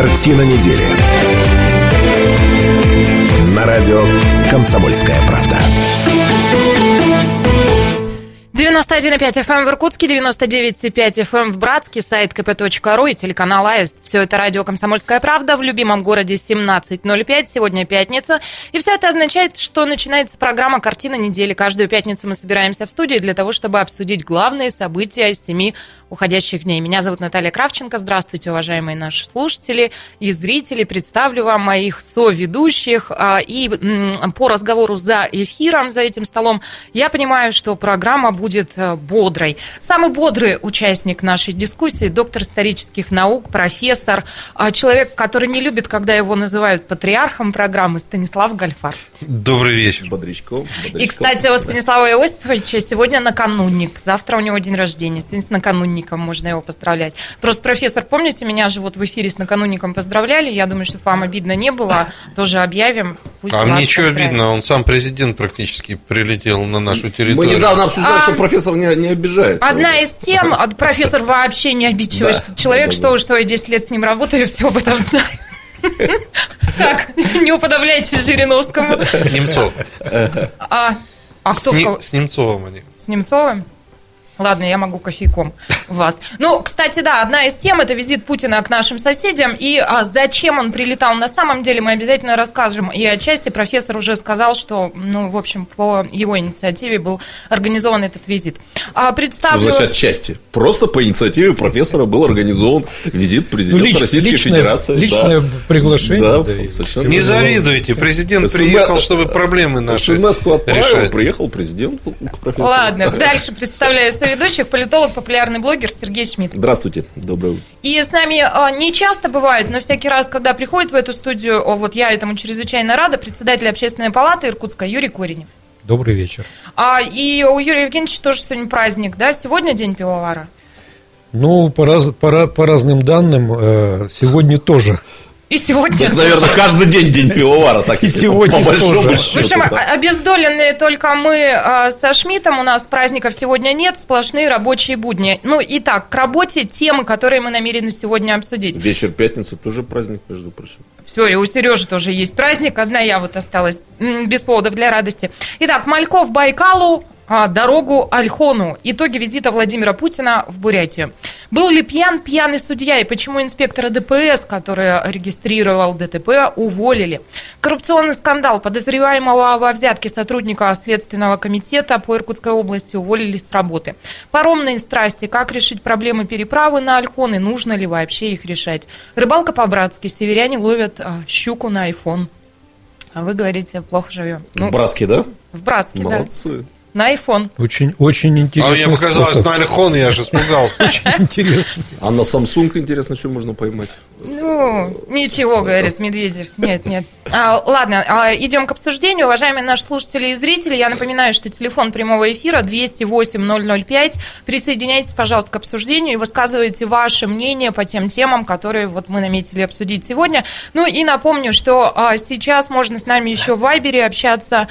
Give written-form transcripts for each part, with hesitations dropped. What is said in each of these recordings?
Картина недели. На радио «Комсомольская правда». 91,5 FM в Иркутске, 99,5 FM в Братске, сайт kp.ru и телеканал АИСТ. Все это радио «Комсомольская правда» в любимом городе 17:05. Сегодня пятница. И все это означает, что начинается программа «Картина недели». Каждую пятницу мы собираемся в студии для того, чтобы обсудить главные события 7 уходящих дней. Меня зовут Наталья Кравченко. Здравствуйте, уважаемые наши слушатели и зрители. Представлю вам моих соведущих. И по разговору за эфиром, за этим столом, я понимаю, что программа будет бодрой. Самый бодрый участник нашей дискуссии – доктор исторических наук, профессор, человек, который не любит, когда его называют патриархом программы, Станислав Гальфар. Добрый вечер. Бодрячков. И, кстати, у Станислава Иосифовича сегодня наканунник. Завтра у него день рождения. Сегодня с наканунником можно его поздравлять. Просто, профессор, помните, меня же вот в эфире с наканунником поздравляли. Я думаю, чтобы вам обидно не было. Тоже объявим. Пусть мне что обидно? Он сам президент практически прилетел на нашу территорию. Мы недавно обсуждали, что профессор не обижается. Одна из тем, профессор вообще не обидчивый человек, что я 10 лет с ним работаю, все об этом знаю. Так, не уподобляйтесь Жириновскому. Немцов. А кто с Немцовым они. С Немцовым? Ладно, я могу кофейком у вас. Ну, кстати, да, одна из тем – это визит Путина к нашим соседям. И зачем он прилетал на самом деле, мы обязательно расскажем. И отчасти профессор уже сказал, что, в общем, по его инициативе был организован этот визит. Представлю... Что значит отчасти? Просто по инициативе профессора был организован визит президента Российской Федерации. Личное приглашение. Да, не завидуйте, президент приехал, чтобы проблемы наши СМС-ку отправил, решать. Приехал президент к профессору. Ладно, дальше представляю соведущих, политолог, популярный блогер Сергей Шмидт. Здравствуйте, доброе утро. И с нами не часто бывает, но всякий раз, когда приходит в эту студию, вот я этому чрезвычайно рада, председатель Общественной палаты Иркутска Юрий Коренев. Добрый вечер. И у Юрия Евгеньевича тоже сегодня праздник, да? Сегодня день пивовара? Ну, по разным данным, сегодня тоже. И сегодня так, наверное, каждый день пивовара. Так и сегодня по большому тоже. счету. В общем, обездоленные только мы со Шмидтом. У нас праздников сегодня нет, сплошные рабочие будни. Итак, к работе темы, которые мы намерены сегодня обсудить. Вечер пятницы тоже праздник, между прочим. Все, и у Сережи тоже есть праздник. Одна я вот осталась без поводов для радости. Итак, Мальков Байкалу, дорогу Ольхону. Итоги визита Владимира Путина в Бурятию. Был ли пьяный судья и почему инспектора ДПС, который регистрировал ДТП, уволили? Коррупционный скандал. Подозреваемого во взятке сотрудника Следственного комитета по Иркутской области уволили с работы. Паромные страсти. Как решить проблемы переправы на Ольхон и нужно ли вообще их решать? Рыбалка по-братски. Северяне ловят щуку на айфон. А вы говорите, плохо живем. В Братске, да? В Братске, молодцы. Да. На iPhone. Очень интересно. А мне показалось на iPhone, я же испугался. Очень интересно. А на Samsung, интересно, что можно поймать? Ничего, говорит Медведев. Нет. Ладно, идем к обсуждению. Уважаемые наши слушатели и зрители, я напоминаю, что телефон прямого эфира 208-005. Присоединяйтесь, пожалуйста, к обсуждению и высказывайте ваше мнение по тем темам, которые вот мы наметили обсудить сегодня. И напомню, что сейчас можно с нами еще в Вайбере общаться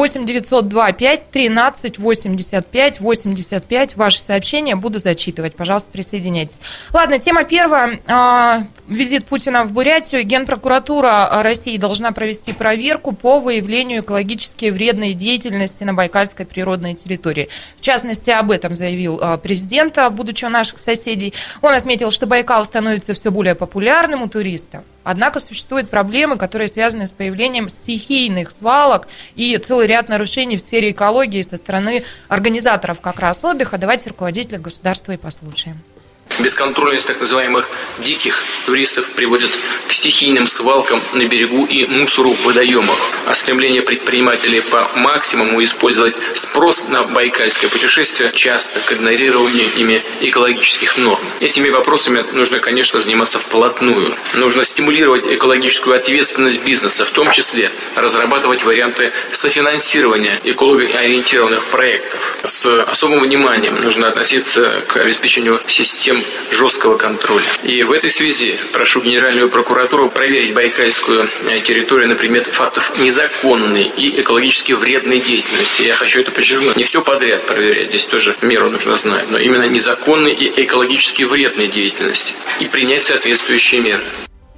8-902-5-13-85-85. Ваши сообщения буду зачитывать. Пожалуйста, присоединяйтесь. Ладно, тема первая. Визит Путина в Бурятию. Генпрокуратура России должна провести проверку по выявлению экологически вредной деятельности на Байкальской природной территории. В частности, об этом заявил президент, будучи у наших соседей. Он отметил, что Байкал становится все более популярным у туристов. Однако существуют проблемы, которые связаны с появлением стихийных свалок и целый ряд нарушений в сфере экологии со стороны организаторов как раз отдыха. Давайте руководителя государства и послушаем. Бесконтрольность так называемых диких туристов приводит к стихийным свалкам на берегу и мусору в водоемах. А стремление предпринимателей по максимуму использовать спрос на байкальское путешествие часто к игнорированию ими экологических норм. Этими вопросами нужно, конечно, заниматься вплотную. Нужно стимулировать экологическую ответственность бизнеса, в том числе разрабатывать варианты софинансирования экологоориентированных проектов. С особым вниманием нужно относиться к обеспечению систем жесткого контроля. И в этой связи прошу Генеральную прокуратуру проверить байкальскую территорию на предмет фактов незаконной и экологически вредной деятельности. Я хочу это подчеркнуть. Не все подряд проверять, здесь тоже меру нужно знать, но именно незаконной и экологически вредной деятельности. И принять соответствующие меры.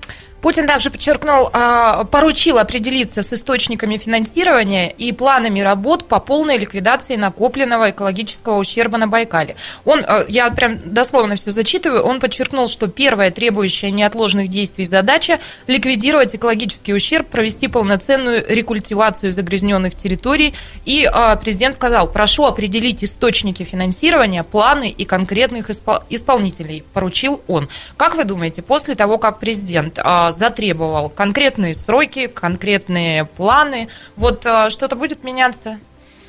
Путин также подчеркнул, поручил определиться с источниками финансирования и планами работ по полной ликвидации накопленного экологического ущерба на Байкале. Я прям дословно все зачитываю, он подчеркнул, что первая требующая неотложных действий задача – ликвидировать экологический ущерб, провести полноценную рекультивацию загрязненных территорий. И президент сказал: прошу определить источники финансирования, планы и конкретных исполнителей, поручил он. Как вы думаете, после того, как президент затребовал конкретные сроки, конкретные планы, вот что-то будет меняться?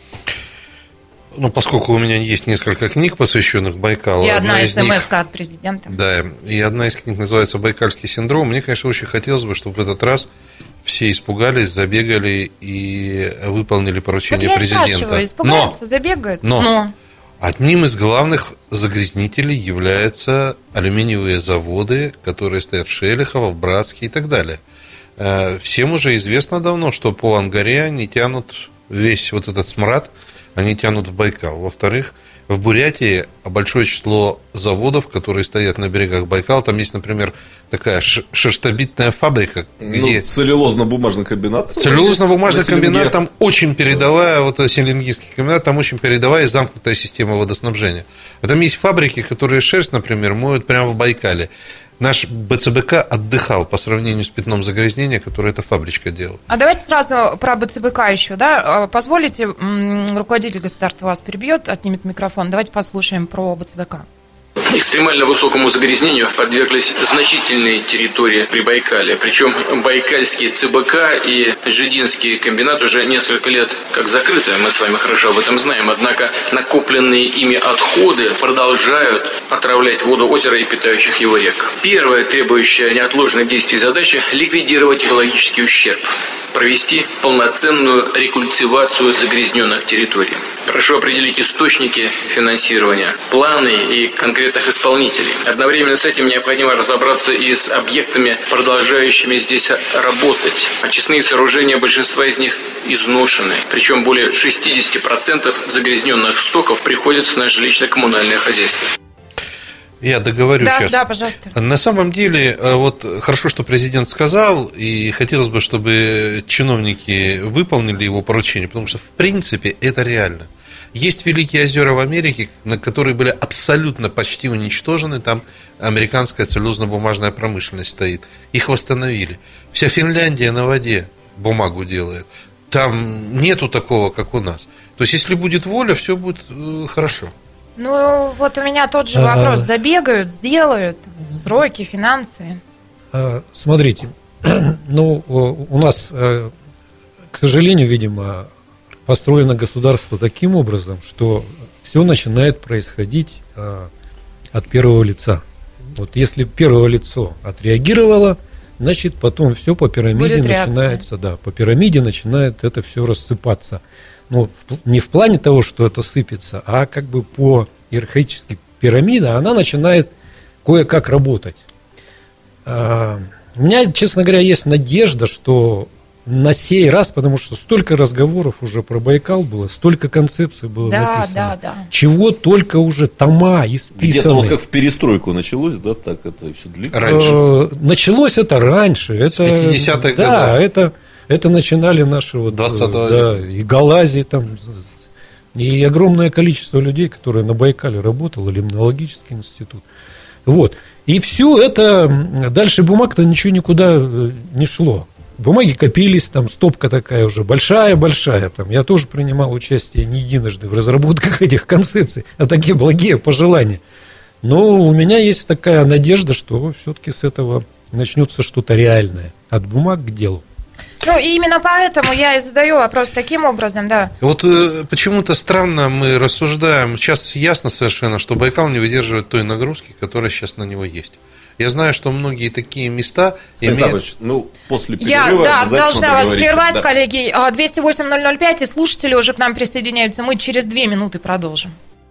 Ну, поскольку у меня есть несколько книг, посвященных Байкалу. И одна смс-ка от президента. Да, и одна из книг называется «Байкальский синдром». Мне, конечно, очень хотелось бы, чтобы в этот раз все испугались, забегали и выполнили поручение президента. Вот я спрашиваю, испугаются, забегают? Но одним из главных загрязнителей являются алюминиевые заводы, которые стоят в Шелихово, в Братске и так далее. Всем уже известно давно, что по Ангаре они тянут весь вот этот смрад, они тянут в Байкал. Во-вторых, в Бурятии большое число заводов, которые стоят на берегах Байкала. Там есть, например, такая шерстобитная фабрика, где... Целлюлозно-бумажный комбинат. Целлюлозно-бумажный комбинат, там очень передовая, вот Селенгийский комбинат, там очень передовая и замкнутая система водоснабжения. А там есть фабрики, которые шерсть, например, моют прямо в Байкале. Наш БЦБК отдыхал по сравнению с пятном загрязнения, которое эта фабричка делала. А давайте сразу про БЦБК еще, да? Позволите, руководитель государства вас перебьет, отнимет микрофон. Давайте послушаем про БЦБК. Экстремально высокому загрязнению подверглись значительные территории Прибайкалья. Причем Байкальский ЦБК и Жидинский комбинат уже несколько лет как закрыты, мы с вами хорошо об этом знаем. Однако накопленные ими отходы продолжают отравлять воду озера и питающих его рек. Первая требующая неотложных действий задача – ликвидировать экологический ущерб, провести полноценную рекультивацию загрязненных территорий. Прошу определить источники финансирования, планы и конкретных исполнителей. Одновременно с этим необходимо разобраться и с объектами, продолжающими здесь работать. Очистные сооружения, большинство из них изношены. Причем более 60% загрязненных стоков приходится на жилищно-коммунальное хозяйство. Я договорю сейчас. Да, пожалуйста. На самом деле, вот хорошо, что президент сказал, и хотелось бы, чтобы чиновники выполнили его поручение, потому что, в принципе, это реально. Есть Великие озера в Америке, которые были абсолютно почти уничтожены, там американская целлюлозно-бумажная промышленность стоит. Их восстановили. Вся Финляндия на воде бумагу делает. Там нету такого, как у нас. То есть, если будет воля, все будет хорошо. Ну, вот у меня тот же вопрос. Забегают, сделают, сроки, финансы. Смотрите, ну, у нас, к сожалению, видимо, построено государство таким образом, что все начинает происходить от первого лица. Вот если первое лицо отреагировало, значит, потом все по пирамиде начинается, да, по пирамиде начинает это все рассыпаться. Ну, не в плане того, что это сыпется, а как бы по иерархической пирамиде она начинает кое-как работать. У меня, честно говоря, есть надежда, что на сей раз, потому что столько разговоров уже про Байкал было, столько концепций было написано. Да. Чего только уже тома исписаны. Где-то вот как в перестройку началось, да, так это еще длится. Раньше. Началось это раньше. Это, с 50-х годов. Да, это начинали наши вот, 20-го да, и Галазии там, и огромное количество людей, которые на Байкале работало, Лимнологический институт. Вот. И все это, дальше бумаг-то ничего никуда не шло. Бумаги копились, там стопка такая уже большая-большая. Там, я тоже принимал участие не единожды в разработках этих концепций, а такие благие пожелания. Но у меня есть такая надежда, что все-таки с этого начнется что-то реальное. От бумаг к делу. Ну, и именно поэтому я и задаю вопрос таким образом, да. Вот почему-то странно мы рассуждаем. Сейчас ясно совершенно, что Байкал не выдерживает той нагрузки, которая сейчас на него есть. Я знаю, что многие такие места имеют... Ну, после перерыва я должна вас прервать, коллеги. 208-005, и слушатели уже к нам присоединяются. Мы через 2 минуты продолжим.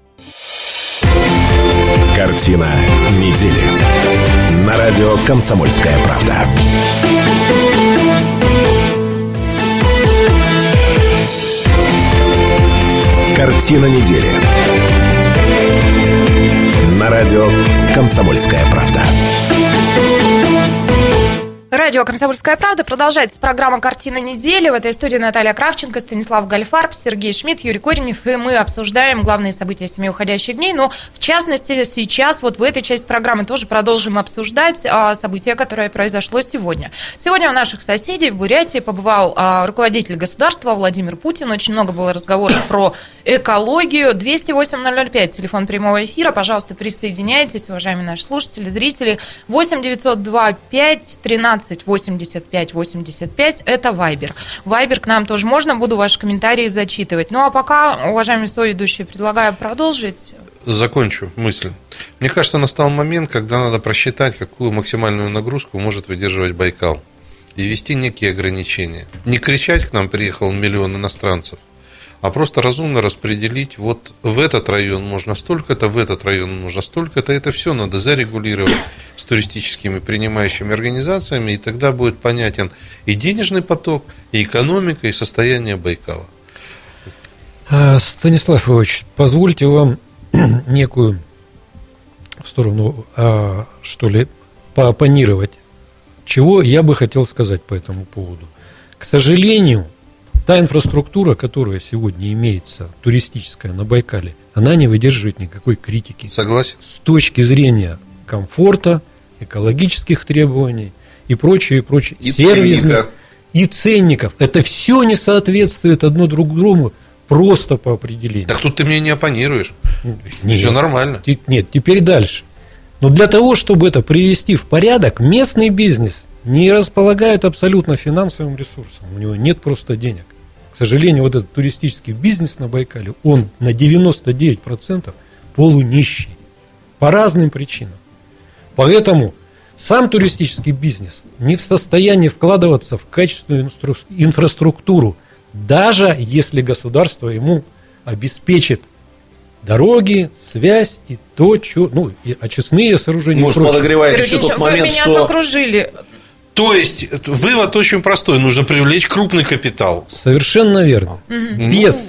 Картина недели. На радио «Комсомольская правда». Картина недели. На радио «Комсомольская правда». Радио «Комсомольская правда». Продолжается программа «Картина недели». В этой студии Наталья Кравченко, Станислав Гальфарб, Сергей Шмидт, Юрий Коренев. И мы обсуждаем главные события 7 уходящих дней. Но, в частности, сейчас, вот в этой части программы тоже продолжим обсуждать события, которое произошло сегодня. Сегодня у наших соседей в Бурятии побывал руководитель государства Владимир Путин. Очень много было разговоров про экологию. 208-005, телефон прямого эфира. Пожалуйста, присоединяйтесь, уважаемые наши слушатели, зрители. 8-902-5-13-85-85, это Вайбер. Вайбер к нам тоже можно, буду ваши комментарии зачитывать. Ну, а пока, уважаемые соведущие, предлагаю продолжить. Закончу мысль. Мне кажется, настал момент, когда надо просчитать, какую максимальную нагрузку может выдерживать Байкал, и ввести некие ограничения. Не кричать: к нам приехал 1 миллион иностранцев, а просто разумно распределить: вот в этот район можно столько-то, в этот район можно столько-то. Это все надо зарегулировать с туристическими принимающими организациями, и тогда будет понятен и денежный поток, и экономика, и состояние Байкала. Станислав Иванович, позвольте вам некую в сторону, что ли, пооппонировать. Чего я бы хотел сказать по этому поводу? К сожалению, та инфраструктура, которая сегодня имеется, туристическая на Байкале, она не выдерживает никакой критики. Согласен. С точки зрения комфорта, экологических требований и прочее, и прочее. И сервисных, и ценников. Это все не соответствует одно друг другу просто по определению. Так тут ты мне не оппонируешь. Нет, все нормально. Нет, теперь дальше. Но для того, чтобы это привести в порядок, местный бизнес не располагает абсолютно финансовым ресурсом. У него нет просто денег. К сожалению, вот этот туристический бизнес на Байкале, он на 99% полунищий. По разным причинам. Поэтому сам туристический бизнес не в состоянии вкладываться в качественную инфраструктуру, даже если государство ему обеспечит дороги, связь и то, что, ну, и очистные сооружения. Может, подогревает еще тот момент, что... Вы меня закружили. То есть, вывод очень простой. Нужно привлечь крупный капитал. Совершенно верно. Без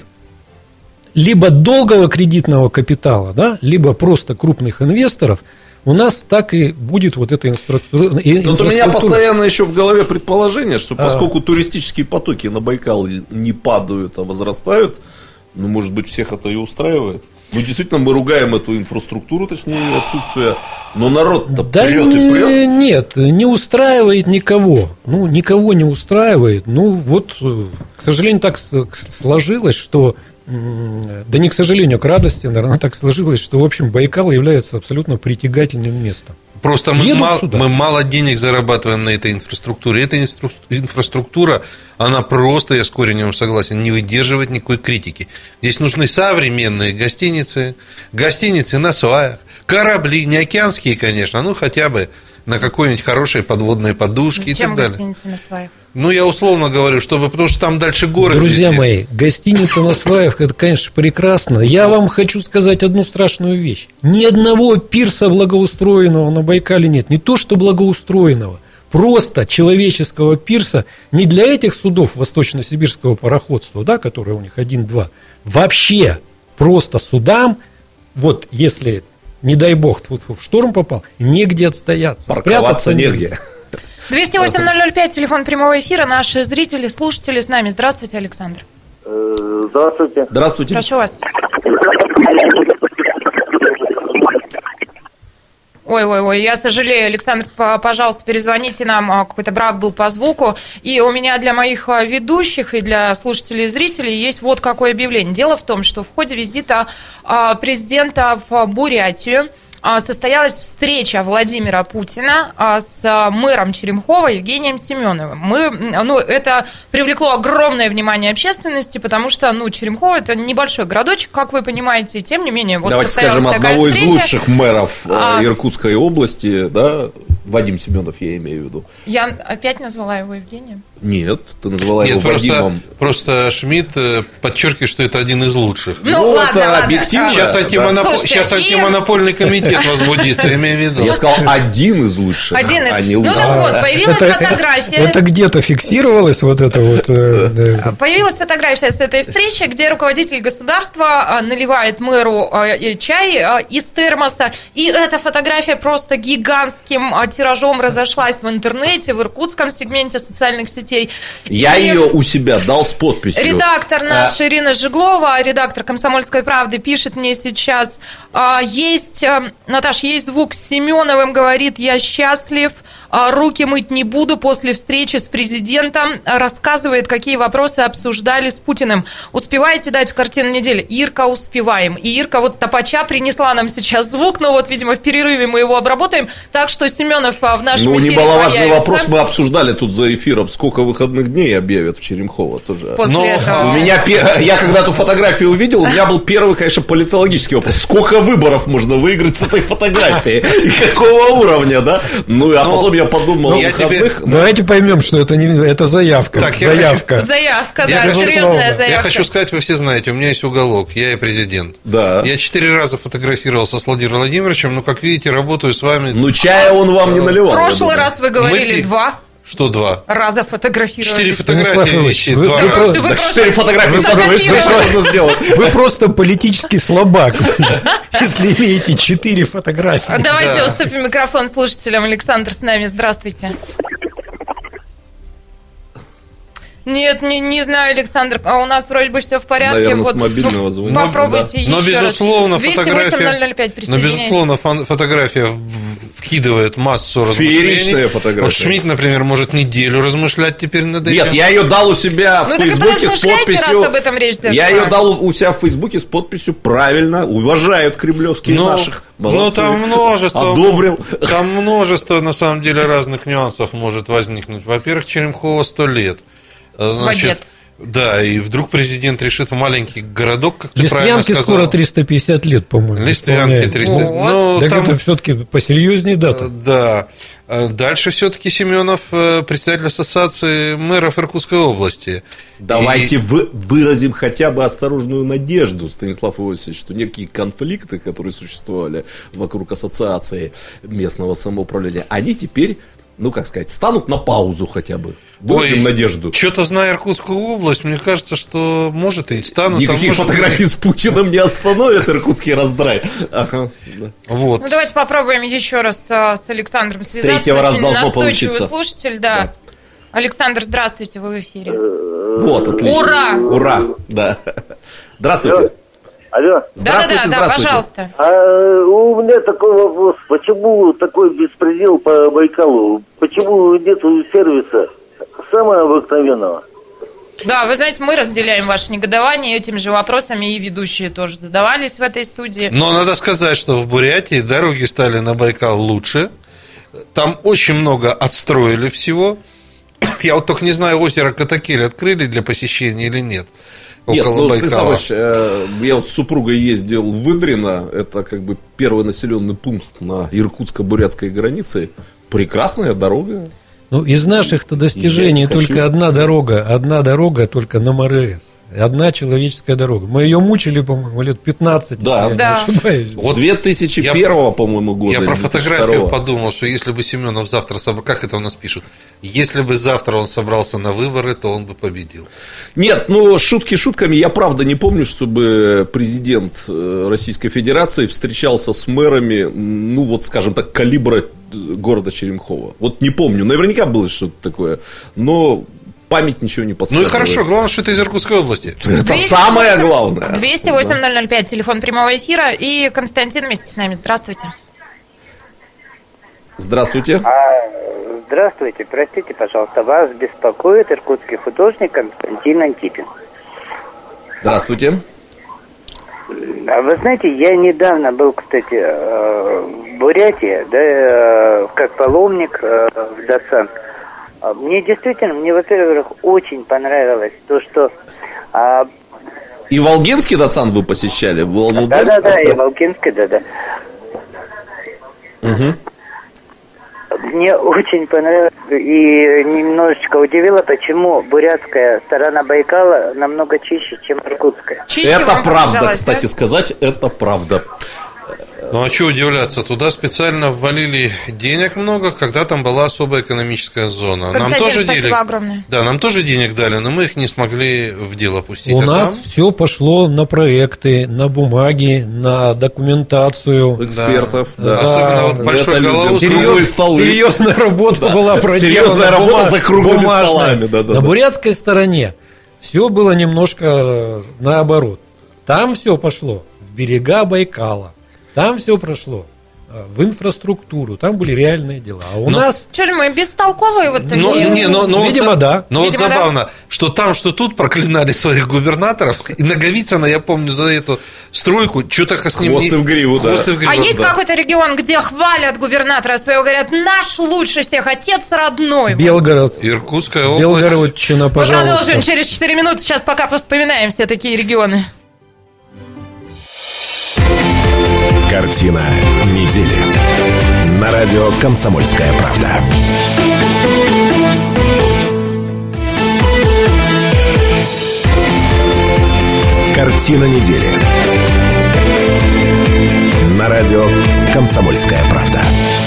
либо долгого кредитного капитала, да, либо просто крупных инвесторов у нас так и будет вот эта инфраструктура. Вот у меня постоянно еще в голове предположение, что поскольку туристические потоки на Байкал не падают, а возрастают, ну, может быть, всех это и устраивает. Ну, действительно, мы ругаем эту инфраструктуру, точнее, отсутствие, но народ-то прет и прет. Нет, не устраивает никого. Ну, никого не устраивает. Ну, вот, к сожалению, так сложилось, что... Да не к сожалению, к радости, наверное, так сложилось, что, в общем, Байкал является абсолютно притягательным местом. Просто мы мало денег зарабатываем на этой инфраструктуре. Эта инфраструктура, она просто, я с Кореневым согласен, не выдерживает никакой критики. Здесь нужны современные гостиницы на сваях, корабли, не океанские, конечно, ну хотя бы на какой-нибудь хорошей подводной подушке. Зачем и так далее. Гостиницы на сваях? Ну, я условно говорю, потому что там дальше горы. Друзья мои, гостиница на сваях, это, конечно, прекрасно. Я вам хочу сказать одну страшную вещь. Ни одного пирса благоустроенного на Байкале нет. Не то, что благоустроенного, просто человеческого пирса не для этих судов восточно-сибирского пароходства, да, которые у них 1-2. Вообще, просто судам, вот если, не дай бог, в шторм попал, негде отстояться. Парковаться негде. 208-005, телефон прямого эфира. Наши зрители, слушатели с нами. Здравствуйте, Александр. Здравствуйте. Здравствуйте. Прошу вас. Ой, я сожалею, Александр, пожалуйста, перезвоните нам, какой-то брак был по звуку. И у меня для моих ведущих и для слушателей и зрителей есть вот какое объявление. Дело в том, что в ходе визита президента в Бурятию состоялась встреча Владимира Путина с мэром Черемхова Евгением Семеновым. Это привлекло огромное внимание общественности, потому что, Черемхово – это небольшой городочек, как вы понимаете, и тем не менее... Вот давайте скажем, одного из лучших мэров Иркутской области, да, Вадим Семенов, я имею в виду. Я опять назвала его Евгением? Нет, ты назвала его Вадимом. Просто Шмидт подчеркивает, что это один из лучших. Ладно. Объективно. Сейчас антимонопольный комитет возбудится, имею в виду. Я сказал, один из лучших, а не лучших. Появилась фотография. Это где-то фиксировалось, вот это вот? Появилась фотография с этой встречи, где руководитель государства наливает мэру чай из термоса, и эта фотография просто гигантским тиражом разошлась в интернете, в иркутском сегменте социальных сетей. Я ее у себя дал с подписью. Редактор наш Ирина Жиглова, редактор «Комсомольской правды», пишет мне сейчас: Наташ, есть звук с Семеновым, говорит: я счастлив, руки мыть не буду после встречи с президентом, рассказывает, какие вопросы обсуждали с Путиным. Успеваете дать в картину недели? Ирка, успеваем. И Ирка вот топача принесла нам сейчас звук, но вот, видимо, в перерыве мы его обработаем, так что Семенов в нашем эфире немаловажный появится. вопрос мы обсуждали тут за эфиром, сколько выходных дней объявят в Черемхово тоже. После этого. Я когда эту фотографию увидел, у меня был первый, конечно, политологический вопрос. Сколько выборов можно выиграть с этой фотографией? И какого уровня, да? Потом я подумал, Давайте поймем, что это заявка. Так, заявка. Заявка, да, серьезная заявка. Я хочу сказать, вы все знаете, у меня есть уголок, я и президент. Да. Я 4 раза фотографировался с Владимиром Владимировичем, но, как видите, работаю с вами. Чая он вам не наливал. В прошлый раз вы говорили 2. Что 2? Раза фотографировали. 4 фотографии вещи, 2 раза. 4 фотографии можно сделать. Вы просто политический слабак, если имеете 4 фотографии. Давайте уступим микрофон слушателям. Александр с нами. Здравствуйте. Нет, не знаю, Александр, а у нас вроде бы все в порядке. Наверное, с мобильного звонит. Попробуйте еще но, безусловно, раз. 208-005, но, безусловно, фотография вкидывает массу размышлений. Фееричная фотография. Вот Шмидт, например, может неделю размышлять теперь над этим. Нет, я ее дал у себя в Фейсбуке с подписью. Раз об этом речь зашла. Я ее дал у себя в Фейсбуке с подписью «Правильно, уважают кремлевские наших». Молодцы. Там множество. Одобрил. Там множество, на самом деле, разных нюансов может возникнуть. Во-первых, Черемхово 100 лет. Значит, да, и вдруг президент решит в маленький городок, как ты правильно сказал. Листвянке скоро 350 лет, по-моему. Листвянке 300 лет. Так там... это все-таки посерьезнее дата. Да. Дальше все-таки Семенов, председатель ассоциации мэров Иркутской области. Давайте выразим хотя бы осторожную надежду, Станислав Иосифович, что некие конфликты, которые существовали вокруг ассоциации местного самоуправления, они теперь, станут на паузу хотя бы. Выразим надежду. Что-то зная Иркутскую область, мне кажется, что может и станут. Никакие фотографии с Путиным не остановят иркутский раздрай. Ага. Вот. Давайте попробуем еще раз с Александром связаться. С третьего раза должно получиться. Слушатель, да. Александр, здравствуйте, вы в эфире. Вот, отлично. Ура! Ура, да. Здравствуйте. Алло. Да, пожалуйста. У меня такой вопрос. Почему такой беспредел по Байкалу? Почему нету сервиса самого обыкновенного? Да, вы знаете, мы разделяем ваше негодование этими же вопросами, и ведущие тоже задавались в этой студии. Но надо сказать, что в Бурятии дороги стали на Байкал лучше. Там очень много отстроили всего. Я вот только не знаю, озеро Катакель открыли для посещения или нет. Нет, Байкала. Я вот с супругой ездил в Выдрино. Это первый населенный пункт на иркутско-бурятской границе. Прекрасная дорога. Из наших-то достижений только одна дорога только на МРС. Одна человеческая дорога. Мы ее мучили, по-моему, лет 15, да. если я не ошибаюсь. Вот 2001, по-моему, года. Я про фотографию подумал, что если бы Семенов завтра собрал, как это у нас пишут, если бы завтра он собрался на выборы, то он бы победил. Нет, шутки шутками, я правда не помню, чтобы президент Российской Федерации встречался с мэрами, скажем так, калибра города Черемхово. Вот не помню, наверняка было что-то такое, но память ничего не подсказывает. И хорошо, главное, что это из Иркутской области. Это самое главное. 208-005, телефон прямого эфира. И Константин вместе с нами. Здравствуйте. Здравствуйте. Здравствуйте, простите, пожалуйста, вас беспокоит иркутский художник Константин Антипин. Здравствуйте. Вы знаете, я недавно был, кстати, в Бурятии, как паломник в Дасан. Мне, во-первых, очень понравилось то, что... И Волгинский Дацан вы посещали? Да, и Волгинский, да. Угу. Мне очень понравилось и немножечко удивило, почему бурятская сторона Байкала намного чище, чем иркутская. Это правда, кстати сказать, это правда. Ну а что удивляться, туда специально ввалили денег много, когда там была особая экономическая зона. Константин, нам тоже спасибо денег, огромное. Да, нам тоже денег дали, но мы их не смогли в дело пустить. У нас все пошло на проекты, на бумаги, на документацию. Экспертов, да. Особенно вот большой голову. Серьезная работа была проделана. Серьезная работа за круглыми бумажная. столами. На бурятской стороне все было немножко наоборот. Там все пошло в берега Байкала. Там все прошло в инфраструктуру, там были реальные дела. А у нас... Что же мы бестолковые вот такие? Видимо, да. Но вот Видимо, забавно, да. что там, что тут проклинали своих губернаторов. И Наговицына, я помню, за эту стройку, что-то с ним... Хвост и в гриву, да. А есть какой-то регион, где хвалят губернатора своего, говорят, наш лучше всех, отец родной. Белгород. Иркутская область. Белгородчина, пожалуйста. Мы продолжим через 4 минуты, сейчас пока вспоминаем все такие регионы. Картина недели. На радио «Комсомольская правда». Картина недели. На радио «Комсомольская правда».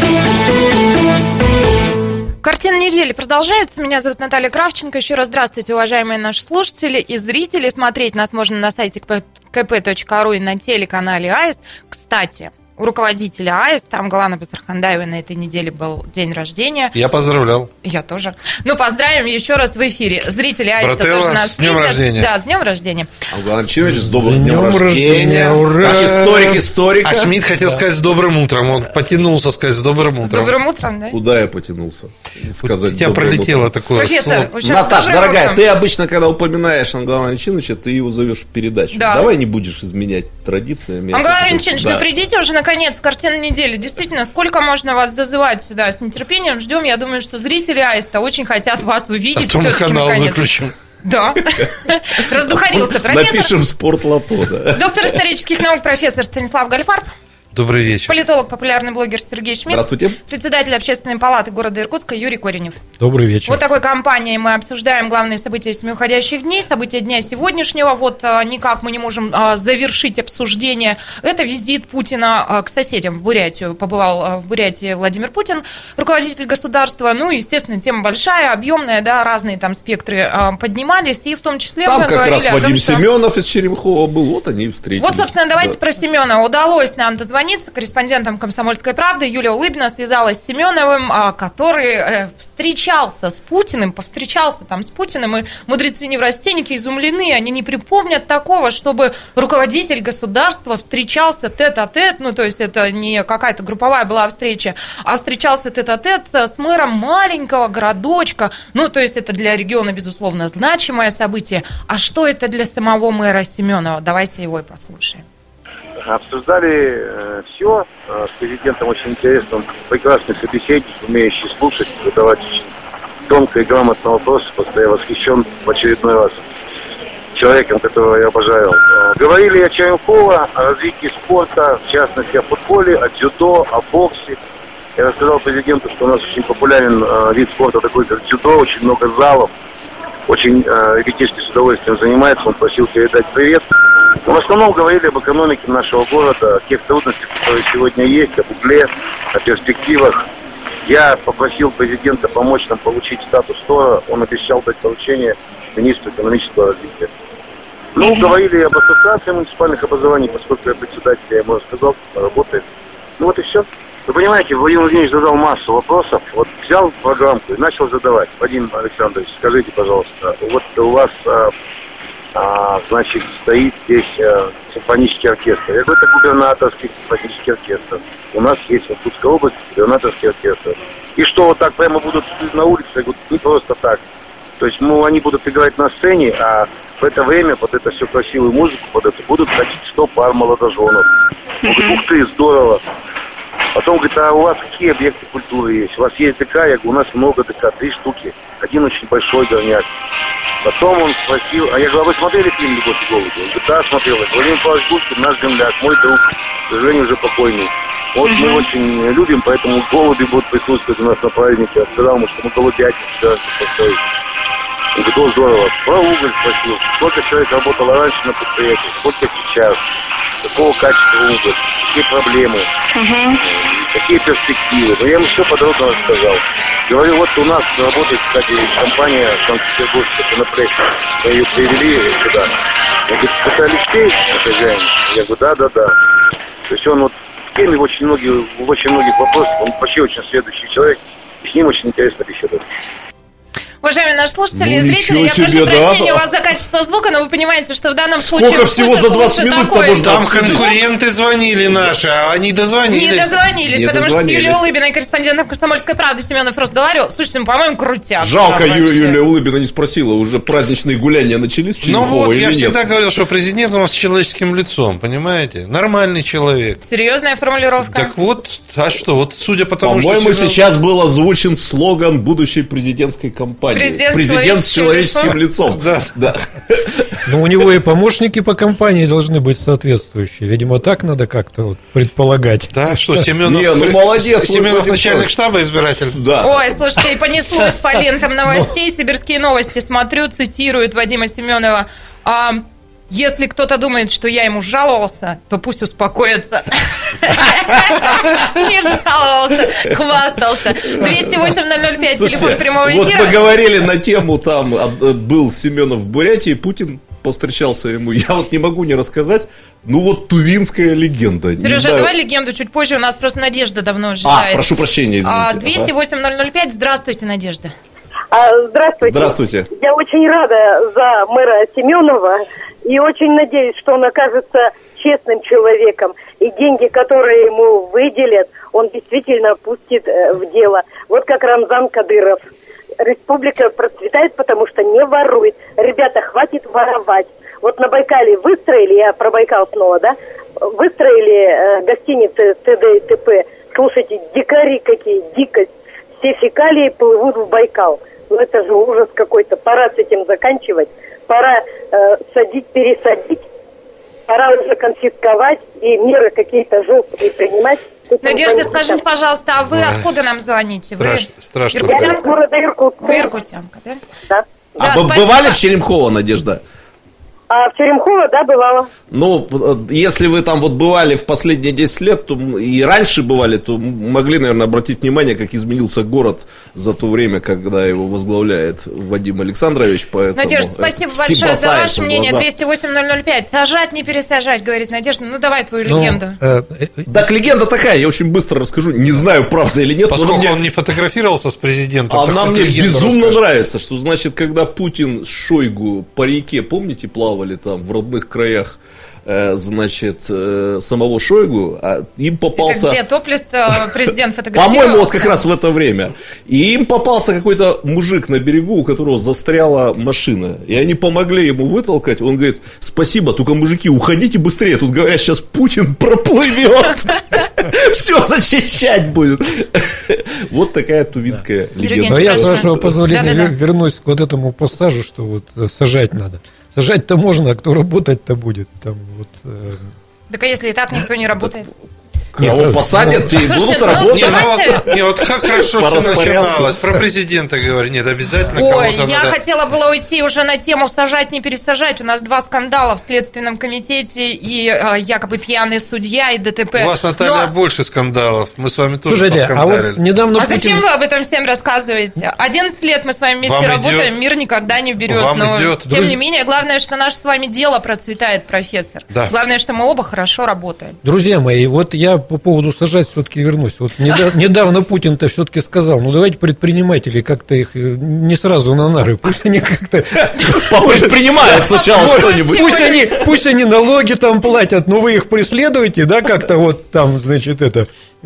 Картина недели продолжается. Меня зовут Наталья Кравченко. Еще раз здравствуйте, уважаемые наши слушатели и зрители. Смотреть нас можно на сайте kp.ru и на телеканале АИСТ. Кстати, у руководителя АИСТ, Амгалана Басархандаева, на этой неделе был день рождения. Я поздравлял. Я тоже. Ну, поздравим еще раз в эфире. Зрители АИСТа Брателло, тоже нас с днем рождения. Да, с днем рождения. Амгалан Чинович, с добрым Днем днем рождения. Ура! Историк. А Шмидт хотел сказать с добрым утром. Он потянулся сказать с добрым утром. С добрым утром, да? Куда я потянулся? Сказать У тебя доброе пролетело утро. такое Профессор, слово. в общем, с Наташ, добрым дорогая, утром. ты обычно, когда упоминаешь Амгалана Чиновича, ты его зовешь в передачу. Да. Давай не будешь изменять традиции. Амгалан Валентинович, Да. ну придите уже наконец в картину недели. Действительно, сколько можно вас зазывать сюда? С нетерпением ждем. Я думаю, что зрители АИСТа очень хотят вас увидеть. А то мы всё-таки, канал наконец. выключим. Да. Раздухарился профессор. Напишем спортлото, да. Доктор исторических наук, профессор Станислав Гальфарб. Добрый вечер. Политолог, популярный блогер Сергей Шмидт. Здравствуйте. Председатель Общественной палаты города Иркутска Юрий Коренев. Добрый вечер. Вот такой компанией мы обсуждаем главные события семи уходящих дней, события дня сегодняшнего. Вот никак мы не можем завершить обсуждение. Это визит Путина к соседям в Бурятию. Побывал в Бурятии Владимир Путин, руководитель государства. Ну, естественно, тема большая, объемная, да, разные там спектры поднимались. И в том числе Там мы как говорили раз о том, Вадим что... Семенов из Черемхова был, вот они и встретились. Вот, собственно, давайте Да. про Семенова. Удалось нам дозвониться. Корреспондентом «Комсомольской правды» Юлия Улыбина связалась с Семеновым, который встречался с Путиным, повстречался там с Путиным, и мудрецы-неврастенники изумлены, они не припомнят такого, чтобы руководитель государства встречался тет-а-тет, ну, то есть это не какая-то групповая была встреча, а встречался тет-а-тет с мэром маленького городочка, ну, то есть это для региона, безусловно, значимое событие. А что это для самого мэра Семенова? Давайте его и послушаем. Обсуждали все с президентом, очень интересно, он прекрасный собеседник, умеющий слушать, задавать очень тонко и грамотно вопросы, просто я восхищен в очередной раз человеком, которого я обожаю. Говорили о Черемхово, о развитии спорта, в частности о футболе, о дзюдо, о боксе. Я рассказал президенту, что у нас очень популярен вид спорта такой, как дзюдо, очень много залов. Очень ребятишки с удовольствием занимаются, он просил передать привет. Но в основном говорили об экономике нашего города, о тех трудностях, которые сегодня есть, об угле, о перспективах. Я попросил президента помочь нам получить статус ТОРа, он обещал дать поручение министру экономического развития. Ну, говорили об ассоциации муниципальных образований, поскольку я председатель, я ему рассказал, работает. Ну вот и все. Вы понимаете, Владимир Владимирович задал массу вопросов, вот взял программку и начал задавать. Владимир Александрович, скажите, пожалуйста, вот у вас, значит, стоит здесь симфонический оркестр. Я говорю, это губернаторский симфонический оркестр. У нас есть в Иркутской области губернаторский оркестр. И что, вот так прямо будут на улице? Я говорю, не просто так. То есть, ну, они будут играть на сцене, а в это время под это все красивую музыку, под это будут ходить 100 пар молодоженов. Он говорит, ух ты, здорово. Потом говорит, а у вас какие объекты культуры есть? У вас есть ДК? Я говорю, у нас много ДК, 3 штуки. Один очень большой горняк. Потом он спросил, а я говорю, а вы смотрели фильм «Любовь и голуби»? Он говорит, да, смотрел. Владимир Павлович Гуркин, наш земляк, мой друг, к сожалению, уже покойный. Вот мы очень любим, поэтому голуби будут присутствовать у нас на празднике. Я сказал ему, что мы голубятник собираемся поставить. Он говорит, о, здорово. Про уголь спросил, сколько человек работало раньше на предприятии, сколько сейчас. какого качества уголь, какие проблемы, какие перспективы. Но я ему все подробно рассказал. Говорю, вот у нас работает, кстати, компания Санкт-Петербургская Пеноплекс. Мы ее привели сюда. Он говорит, это Алексей, хозяин? Я говорю, да. То есть он вот в теме в очень многих вопросах, он вообще очень следующий человек, и с ним очень интересно беседовать. Уважаемые наши слушатели и зрители, я прошу прощения у вас за качество звука, но вы понимаете, что в данном случае... Сколько всего за 20 минут можно... Там конкуренты звонили наши, а они дозвонились. Не дозвонились, потому что с Юлией Улыбиной, корреспондентом «Комсомольской правды» Семенов разговаривал. Слушайте, ну, по-моему, крутяк. Жалко, Юлия Улыбина не спросила, уже праздничные гуляния начались в Черемхово или нет? Ну вот, я всегда говорил, что президент у нас с человеческим лицом, понимаете? Нормальный человек. Серьезная формулировка. Так вот, а что, вот судя по тому, что... По-моему, сейчас был озвучен слоган будущей президентской кампании. Президент с человеческим лицом. Да. Но у него и помощники по компании должны быть соответствующие. Видимо, так надо как-то вот предполагать. Да, что, Семенов, молодец, Семенов начальник штаба избиратель? Да. Ой, слушайте, и понеслось по лентам новостей. Сибирские новости смотрю, цитируют Вадима Семенова. Если кто-то думает, что я ему жаловался, то пусть успокоится. Не жаловался, хвастался. 208-005, телефон прямого эфира. Вот мы говорили на тему, там был Семенов в Бурятии, Путин повстречался ему. Я вот не могу не рассказать. Ну вот тувинская легенда. Сережа, давай легенду чуть позже, у нас просто Надежда давно ожидает. Прошу прощения, извините. 208-005, здравствуйте, Надежда. Здравствуйте. Здравствуйте. Я очень рада за мэра Семенова и очень надеюсь, что он окажется честным человеком. И деньги, которые ему выделят, он действительно пустит в дело. Вот как Рамзан Кадыров. Республика процветает, потому что не ворует. Ребята, хватит воровать. Вот на Байкале выстроили, я про Байкал снова, да, выстроили гостиницы ТД и ТП. Слушайте, дикари какие, дикость. Все фекалии плывут в Байкал. Ну это же ужас какой-то. Пора с этим заканчивать. Пора садить, пересадить. Пора уже конфисковать и меры какие-то жесткие принимать. Надежда, скажите, пожалуйста, а вы откуда нам звоните? Страшно. Иркутянка? Города Иркутска. Вы иркутянка, да? Да. А вы бывали в Черемхово, Надежда? В Черемхово, да, бывало. Ну, если вы там вот бывали в последние 10 лет, то и раньше бывали, то могли, наверное, обратить внимание, как изменился город за то время, когда его возглавляет Вадим Александрович. Поэтому Надежда, спасибо большое за ваше мнение. 208-005. Сажать, не пересажать, говорит Надежда. Ну, давай твою легенду. Так, легенда такая, я очень быстро расскажу. Не знаю, правда или нет. Поскольку он не фотографировался с президентом. Она мне безумно нравится, что, значит, когда Путин с Шойгу по реке, помните, плавали там в родных краях, значит, самого Шойгу, им попался... Это где топлес президент фотографировал? По-моему, вот как раз в это время. И им попался какой-то мужик на берегу, у которого застряла машина. И они помогли ему вытолкать. Он говорит, спасибо, только, мужики, уходите быстрее. Тут говорят, сейчас Путин проплывет. Все зачищать будет. Вот такая тувинская легенда. Но я, с вашего позволения, вернусь к вот этому пассажу, что вот сажать надо. Сажать-то можно, а кто работать-то будет? Там вот, Так а если и так никто не работает? Кого посадят, и будут работать. Не, вот как хорошо все начиналось. Про президента говорю. Нет, обязательно кого-то надо. Ой, я хотела было уйти уже на тему сажать, не пересажать. У нас 2 скандала в Следственном комитете и якобы пьяный судья и ДТП. У вас, Наталья, больше скандалов. Мы с вами тоже поскандалили. А вот недавно зачем вы об этом всем рассказываете? 11 лет мы с вами вместе работаем, мир никогда не берет. Но, тем не менее, главное, что наше с вами дело процветает, профессор. Главное, что мы оба хорошо работаем. Друзья мои, вот я по поводу сажать все-таки вернусь. Вот недавно Путин-то все-таки сказал, ну давайте предприниматели как-то их не сразу на нары, пусть они как-то предпринимают сначала что-нибудь. Пусть они налоги там платят, но вы их преследуете, да, как-то вот там, значит, это...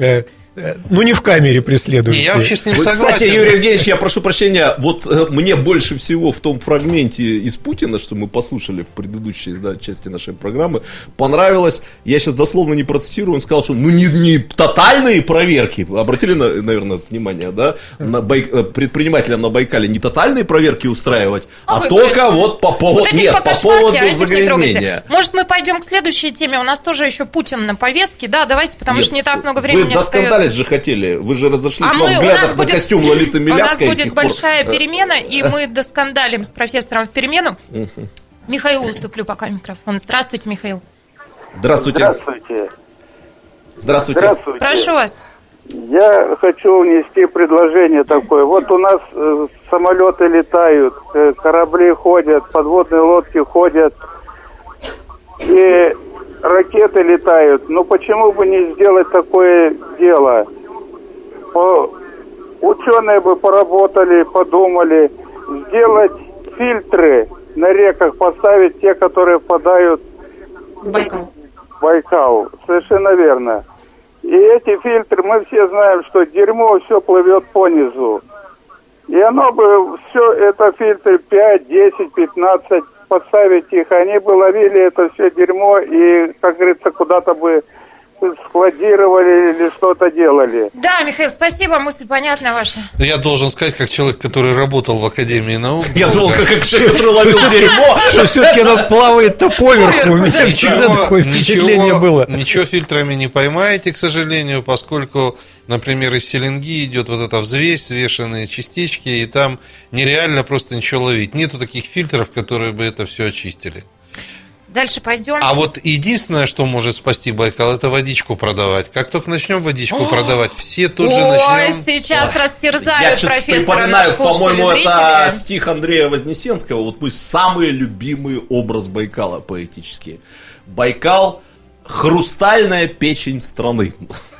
Ну, не в камере преследуют. Я вообще с ним согласен. Кстати, Юрий Евгеньевич, я прошу прощения, вот мне больше всего в том фрагменте из Путина, что мы послушали в предыдущей части нашей программы, понравилось, я сейчас дословно не процитирую, он сказал, что ну не тотальные проверки, обратили, наверное, внимание, да, предпринимателям на Байкале не тотальные проверки устраивать, а только вот по поводу загрязнения. Может, мы пойдем к следующей теме, у нас тоже еще Путин на повестке, да, давайте, потому что не так много времени остается. Же хотели, вы же разошлись во взглядах на костюм Лолиты Милявской. У нас будет большая перемена, и мы доскандалим с профессором в перемену. Михаилу уступлю пока микрофон. Здравствуйте, Михаил. Здравствуйте. Здравствуйте. Прошу вас. Я хочу внести предложение такое. Вот у нас самолеты летают, корабли ходят, подводные лодки ходят, и ракеты летают. Ну почему бы не сделать такое дело? Ученые бы поработали, подумали, сделать фильтры на реках, поставить те, которые впадают в Байкал. Совершенно верно. И эти фильтры, мы все знаем, что дерьмо все плывет по низу. И оно бы, все это фильтры 5, 10, 15, поставить их, они бы ловили это все дерьмо и, как говорится, куда-то бы складировали или что-то делали. Да, Михаил, спасибо, мысль понятна ваша. Я должен сказать, как человек, который работал в Академии наук. Я думал, как человек, который ловил дерьмо. Что все-таки оно плавает-то поверху. У меня всегда такое впечатление было. Ничего фильтрами не поймаете, к сожалению, поскольку, например, из селенги идет вот эта взвесь, взвешенные частички, и там нереально просто ничего ловить. Нету таких фильтров, которые бы это все очистили. Дальше пойдем. А вот единственное, что может спасти Байкал, это водичку продавать. Как только начнем водичку продавать, все тут же начнем... Ой, сейчас растерзают Я профессора наших слушателей, по-моему, зрители. это стих Андрея Вознесенского. Вот мой самый любимый образ Байкала поэтический. Байкал — хрустальная печень страны.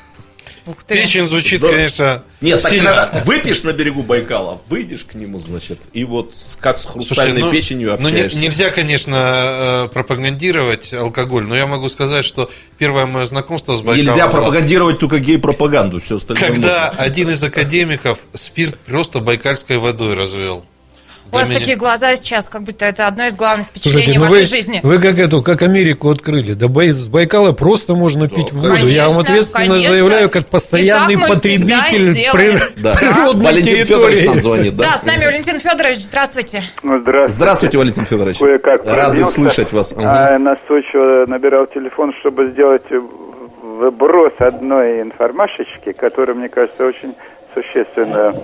Печень звучит, конечно, Нет, так сильно. иногда выпьешь на берегу Байкала, выйдешь к нему, значит, и вот как с хрустальной печенью общаешься. Нельзя, конечно, пропагандировать алкоголь, но я могу сказать, что первое мое знакомство с Байкалом... Нельзя пропагандировать только гей-пропаганду, все остальное. Когда один из академиков спирт просто байкальской водой развел. У вас такие глаза сейчас, как будто это одно из главных впечатлений вашей жизни. Вы как Америку открыли. Да с Байкала просто можно пить воду. Конечно, я вам ответственно заявляю, как постоянный потребитель природной территории. Нам звонит, да, с нами Валентин Федорович. Здравствуйте. Здравствуйте, Валентин Федорович. Рады слышать вас. Настойчиво набирал телефон, чтобы сделать вброс одной информашечки, которая, мне кажется, очень существенная.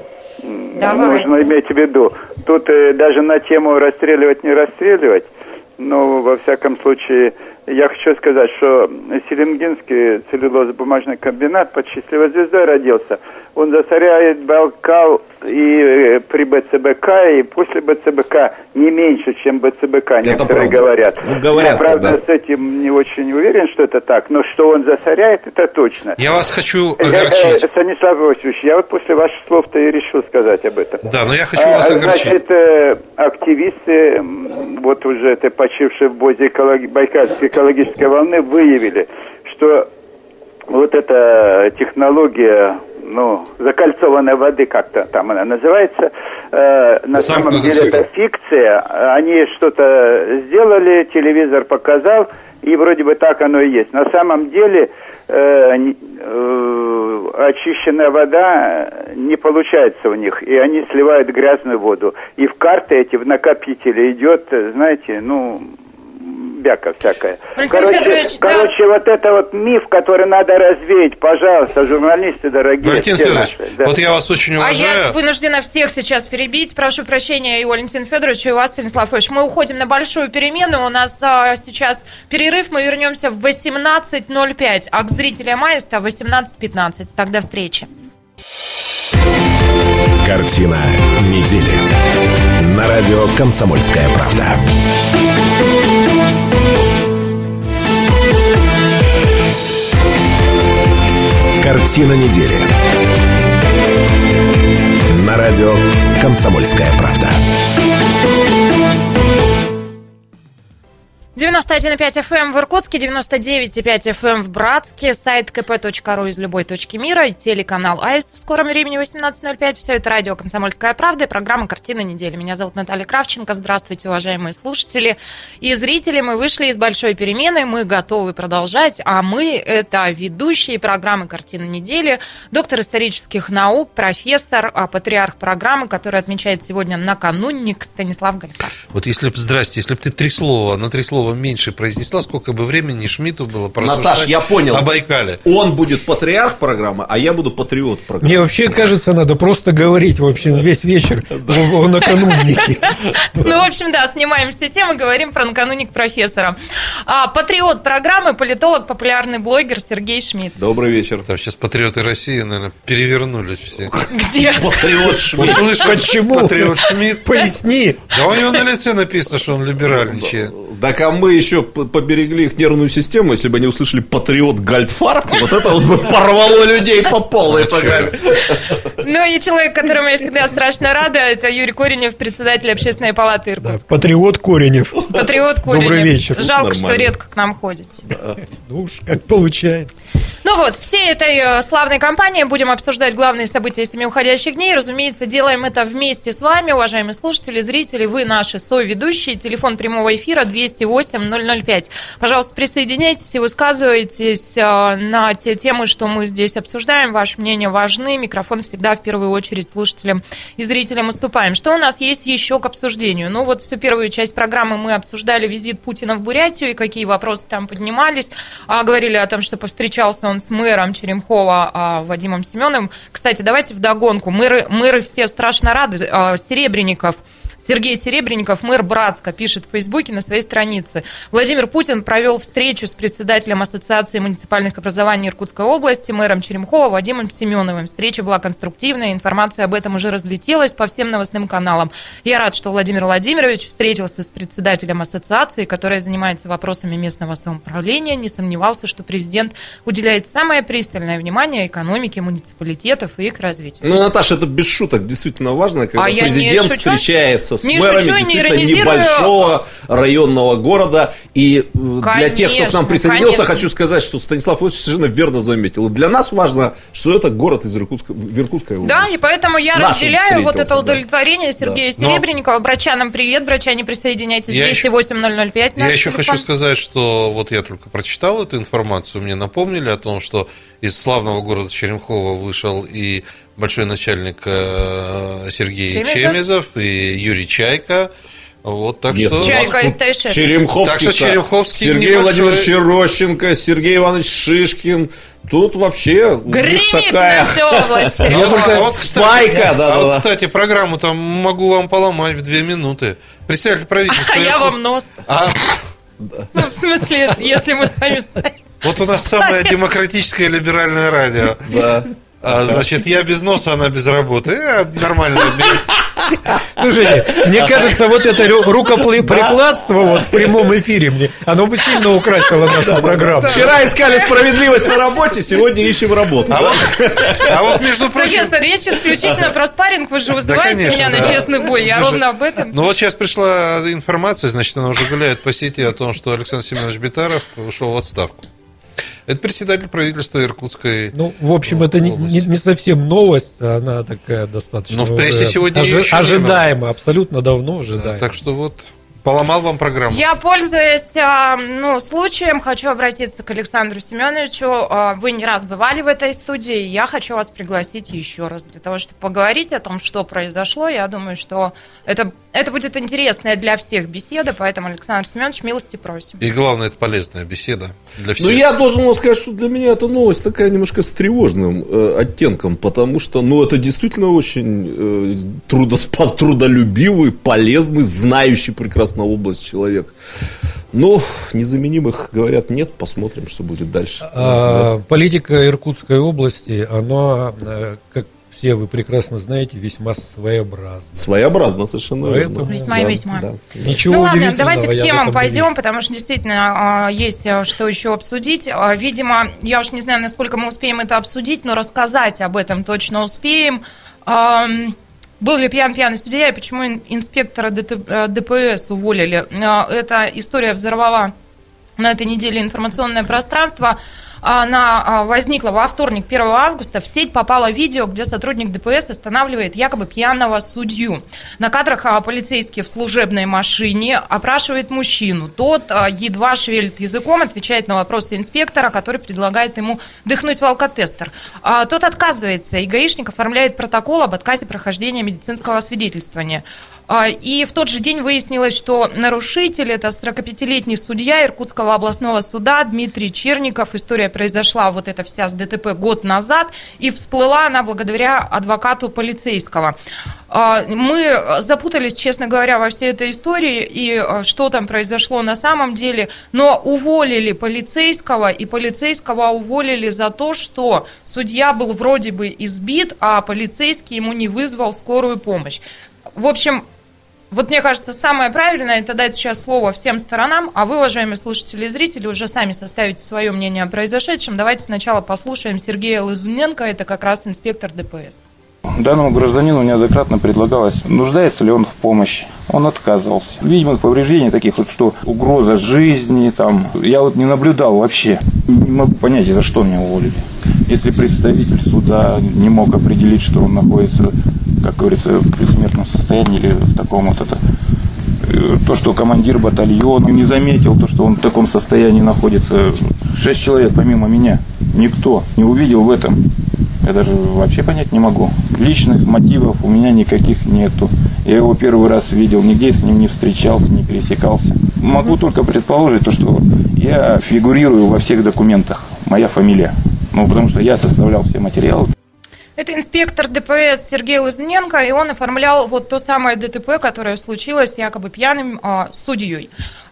Нужно иметь в виду. Тут даже на тему расстреливать, не расстреливать, но во всяком случае я хочу сказать, что Селенгинский целлюлозно-бумажный комбинат под счастливой звездой родился. Он засоряет Байкал и при БЦБК, и после БЦБК не меньше, чем БЦБК, некоторые говорят. Я, правда, с этим не очень уверен, что это так, но что он засоряет, это точно. Я вас хочу огорчить. Станислав Иосифович, я вот после ваших слов-то и решил сказать об этом. Да, но я хочу вас огорчить. Значит, активисты, вот уже это почившие в БОЗе Байкальской экологической волны, выявили, что вот эта технология, закольцованной воды, как-то там она называется, на самом деле это фикция. Они что-то сделали, телевизор показал, и вроде бы так оно и есть. На самом деле очищенная вода не получается у них, и они сливают грязную воду. И в карты эти, в накопители идет, знаете, бяка всякая. Короче, вот это вот миф, который надо развеять, пожалуйста, журналисты дорогие. Валентин Федорович, вот я вас очень уважаю. А я вынуждена всех сейчас перебить. Прошу прощения и у Валентина Федоровича, и у вас, Станислав Ильич. Мы уходим на большую перемену. У нас сейчас перерыв. Мы вернемся в 18:05. А к зрителям Аиста в 18:15. Тогда встречи. Картина недели. На радио «Комсомольская правда». Картина недели. На радио «Комсомольская правда». 91,5 FM в Иркутске, 99,5 FM в Братске, сайт kp.ru из любой точки мира, и телеканал Аист в скором времени 18:05. Все это радио «Комсомольская правда» и программа «Картина недели». Меня зовут Наталья Кравченко. Здравствуйте, уважаемые слушатели и зрители. Мы вышли из большой перемены, мы готовы продолжать, а мы – это ведущие программы «Картина недели», доктор исторических наук, профессор, патриарх программы, который отмечает сегодня наканунник, Станислав Гальфар. Вот если бы ты 3 слова, на 3 слова меньше произнесла, сколько бы времени Шмидту было порассуждать Наташ, я понял. о Байкале. Он будет патриарх программы, а я буду патриот программы. Мне вообще кажется, надо просто говорить, в общем, весь вечер о наканунике. Ну, в общем, да, снимаем все темы, говорим про накануник профессора. Патриот программы, политолог, популярный блогер Сергей Шмидт. Добрый вечер. Там сейчас патриоты России, наверное, перевернулись все. Где? Патриот Шмидт. Почему? Патриот Шмидт. Поясни. Да у него на лице написано, что он либеральничает. Так, а мы еще поберегли их нервную систему, если бы они услышали патриот Гальдфарб, вот это вот бы порвало людей по полной программе. Ну и человек, которому я всегда страшно рада, это Юрий Коренев, председатель Общественной палаты Иркутска. Патриот Коренев. Патриот Коренев. Добрый вечер. Жалко, что редко к нам ходите. Ну уж как получается. Ну вот, всей этой славной компании будем обсуждать главные события 7 уходящих дней. Разумеется, делаем это вместе с вами, уважаемые слушатели, зрители. Вы наши соведущие. Телефон прямого эфира 208-005. Пожалуйста, присоединяйтесь и высказывайтесь на те темы, что мы здесь обсуждаем. Ваше мнение важны. Микрофон всегда в первую очередь слушателям и зрителям уступаем. Что у нас есть еще к обсуждению? Ну вот всю первую часть программы мы обсуждали визит Путина в Бурятию и какие вопросы там поднимались. Говорили о том, что повстречался он с мэром Черемхова Вадимом Семеновым. Кстати, давайте вдогонку. Мэры все страшно рады. Серебренников. Сергей Серебренников, мэр Братска, пишет в Фейсбуке на своей странице. Владимир Путин провел встречу с председателем Ассоциации муниципальных образований Иркутской области, мэром Черемхова Вадимом Семеновым. Встреча была конструктивная, информация об этом уже разлетелась по всем новостным каналам. Я рад, что Владимир Владимирович встретился с председателем ассоциации, которая занимается вопросами местного самоуправления. Не сомневался, что президент уделяет самое пристальное внимание экономике муниципалитетов и их развитию. Ну, Наташа, это без шуток действительно важно, когда президент встречается с мэрами действительно небольшого районного города. И для тех, кто к нам присоединился, хочу сказать, что Станислав Ильич совершенно верно заметил. Для нас важно, что это город из Иркутской области. Да, и поэтому я разделяю вот это удовлетворение Сергея Серебренникова. Брачанам привет, брачане, присоединяйтесь. 208-005. Я еще хочу сказать, что вот я только прочитал эту информацию, мне напомнили о том, что из славного города Черемхова вышел и большой начальник Сергей Чемезов и Юрий Чайка. Вот, так что... Чайка из Тайшета. Черемховский Сергей Владимирович Рощенко, Сергей Иванович Шишкин. Тут вообще гремит такая... на всю область. Спайка, вот, кстати, программу там могу вам поломать в 2 минуты. Представитель правительства... А я вам нос. Ну, в смысле, если мы с вами встанем. Вот у нас самое демократическое либеральное радио. Да. Значит, я без носа, она без работы. Нормально. Слушайте, мне кажется, вот это рукоприкладство вот в прямом эфире, оно бы сильно украсило нашу программу. Вчера искали справедливость на работе, сегодня ищем работу. А вот, между прочим... Профессор, речь исключительно про спарринг. Вы же вызываете меня на честный бой. Я ровно об этом. Ну вот сейчас пришла информация, значит, она уже гуляет по сети о том, что Александр Семенович Битаров ушел в отставку. Это председатель правительства Иркутской. Ну, в общем, это не совсем новость, она такая достаточно. Но в прессе сегодня ожидаемо, абсолютно давно ожидаемо. Так что вот поломал вам программу. Я, пользуясь случаем, хочу обратиться к Александру Семеновичу. Вы не раз бывали в этой студии, и я хочу вас пригласить еще раз для того, чтобы поговорить о том, что произошло. Я думаю, что это будет интересная для всех беседа, поэтому, Александр Семенович, милости просим. И главное, это полезная беседа для всех. Ну, я должен вам сказать, что для меня эта новость такая немножко с тревожным оттенком, потому что, это действительно очень трудолюбивый, полезный, знающий прекрасно область человек. Но незаменимых, говорят, нет. Посмотрим, что будет дальше. Политика Иркутской области, она, как все вы прекрасно знаете, весьма своеобразна. Своеобразно, совершенно верно. Весьма и весьма. Да. Ничего ну ладно, удивительного, давайте к темам пойдем, потому что действительно есть что еще обсудить. Видимо, я уж не знаю, насколько мы успеем это обсудить, но рассказать об этом точно успеем. Был ли пьяный судья и почему инспектора ДПС уволили? Эта история взорвала на этой неделе информационное пространство. Она возникла во вторник, 1 августа. В сеть попало видео, где сотрудник ДПС останавливает якобы пьяного судью. На кадрах полицейский в служебной машине опрашивает мужчину. Тот едва шевелит языком, отвечает на вопросы инспектора, который предлагает ему дыхнуть в алкотестер. Тот отказывается, и гаишник оформляет протокол об отказе прохождения медицинского освидетельствования. И в тот же день выяснилось, что нарушитель – это 45-летний судья Иркутского областного суда Дмитрий Черников. История произошла вот эта вся с ДТП год назад, и всплыла она благодаря адвокату полицейского. Мы запутались, честно говоря, во всей этой истории, и что там произошло на самом деле, но уволили полицейского, и полицейского уволили за то, что судья был вроде бы избит, а полицейский ему не вызвал скорую помощь. В общем, вот мне кажется, самое правильное – это дать сейчас слово всем сторонам, а вы, уважаемые слушатели и зрители, уже сами составите свое мнение о произошедшем. Давайте сначала послушаем Сергея Лызуненко, это как раз инспектор ДПС. Данному гражданину неоднократно предлагалось, нуждается ли он в помощи. Он отказывался. Видимых повреждений таких вот, что угроза жизни, там, я вот не наблюдал вообще. Не могу понять, за что меня уволили. Если представитель суда не мог определить, что он находится, как говорится, в предсмертном состоянии или в таком вот это... То, что командир батальона не заметил, то, что он в таком состоянии находится. 6 человек помимо меня. Никто не увидел в этом. Я даже вообще понять не могу. Личных мотивов у меня никаких нету. Я его первый раз видел, нигде с ним не встречался, не пересекался. Могу только предположить то, что я фигурирую во всех документах. Моя фамилия. Ну, потому что я составлял все материалы. Это инспектор ДПС Сергей Лызуненко, и он оформлял вот то самое ДТП, которое случилось с якобы пьяным судьей.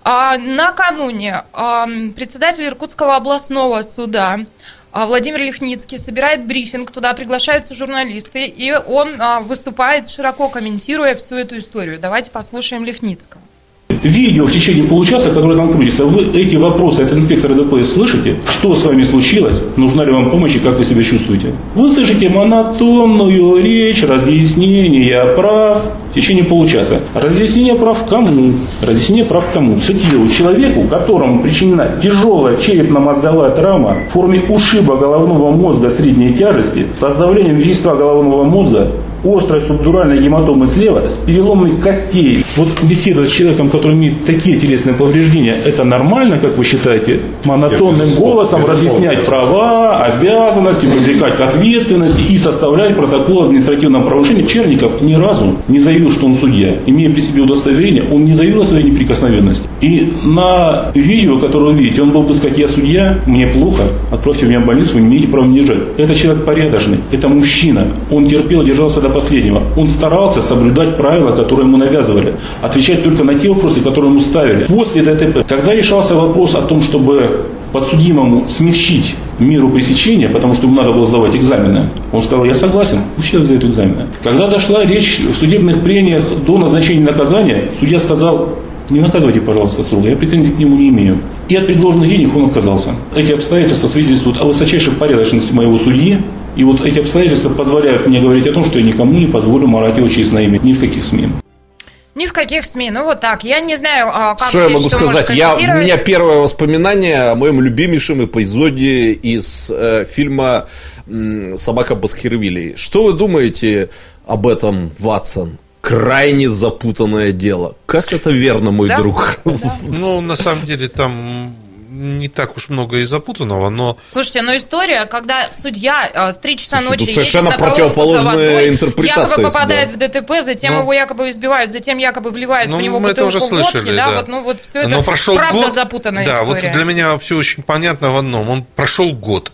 Накануне председатель Иркутского областного суда Владимир Лихницкий собирает брифинг, туда приглашаются журналисты, и он выступает, широко комментируя всю эту историю. Давайте послушаем Лихницкого. Видео в течение получаса, которое там крутится, вы эти вопросы от инспектора ДПС слышите? Что с вами случилось? Нужна ли вам помощь и как вы себя чувствуете? Вы слышите монотонную речь, разъяснение прав в течение получаса. Разъяснение прав кому? Разъяснение прав кому? Цитирую: человеку, которому причинена тяжелая черепно-мозговая травма в форме ушиба головного мозга средней тяжести с оздавлением вещества головного мозга, острой субдуральной гематомы слева, с переломных костей. Вот беседа с человеком, который имеет такие телесные повреждения, это нормально, как вы считаете? Монотонным голосом разъяснять права, обязанности, привлекать к ответственности и составлять протокол административного правонарушения. Черников ни разу не заявил, что он судья. Имея при себе удостоверение, он не заявил о своей неприкосновенности. И на видео, которое вы видите, он был бы сказать: я судья, мне плохо, отправьте меня в больницу, вы не имеете права мне держать. Это человек порядочный, это мужчина. Он терпел, держался до последнего. Он старался соблюдать правила, которые ему навязывали, отвечать только на те вопросы, которые ему ставили. После ДТП, когда решался вопрос о том, чтобы подсудимому смягчить меру пресечения, потому что ему надо было сдавать экзамены, он сказал: я согласен, пусть человек сдает экзамены. Когда дошла речь в судебных прениях до назначения наказания, судья сказал: не наказывайте, пожалуйста, строго, я претензий к нему не имею. И от предложенных денег он отказался. Эти обстоятельства свидетельствуют о высочайшей порядочности моего судьи. И вот эти обстоятельства позволяют мне говорить о том, что я никому не позволю марать его честное имя, ни в каких СМИ. Ни в каких СМИ. Ну вот так. Я не знаю, как что я могу сказать. У меня первое воспоминание о моем любимейшем эпизоде из фильма «Собака Баскервилей». Что вы думаете об этом, Ватсон? Крайне запутанное дело. Как это верно, мой друг? Да. Ну, на самом деле, там не так уж много и запутанного, но... Слушайте, но история, когда судья в 3 часа ночи едет совершенно противоположная интерпретация. Якобы попадает в ДТП, затем его якобы избивают, затем якобы вливают в него бутылку уже слышали, водки. Да. Вот все это правда запутанная история. Да, вот для меня все очень понятно в одном. Он прошел год.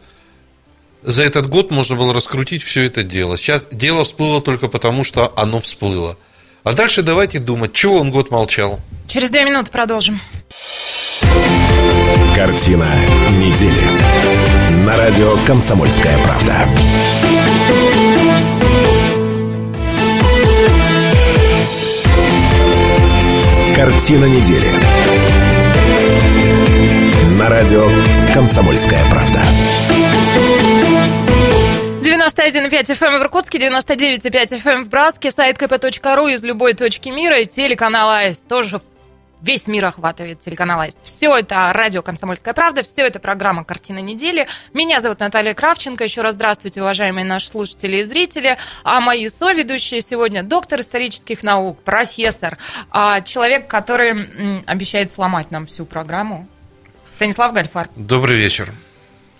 За этот год можно было раскрутить все это дело. Сейчас дело всплыло только потому, что оно всплыло. А дальше давайте думать, чего он год молчал. Через 2 минуты продолжим. Картина недели. На радио «Комсомольская правда». Картина недели. На радио «Комсомольская правда». 91,5 FM в Иркутске, 99,5 FM в Братске, сайт kp.ru из любой точки мира и телеканал АИСТ тоже весь мир охватывает телеканал АИСТ. Все это радио «Комсомольская правда», все это программа «Картина недели». Меня зовут Наталья Кравченко. Еще раз здравствуйте, уважаемые наши слушатели и зрители. А мои соведущие сегодня доктор исторических наук, профессор, человек, который обещает сломать нам всю программу, Станислав Гальфар. Добрый вечер.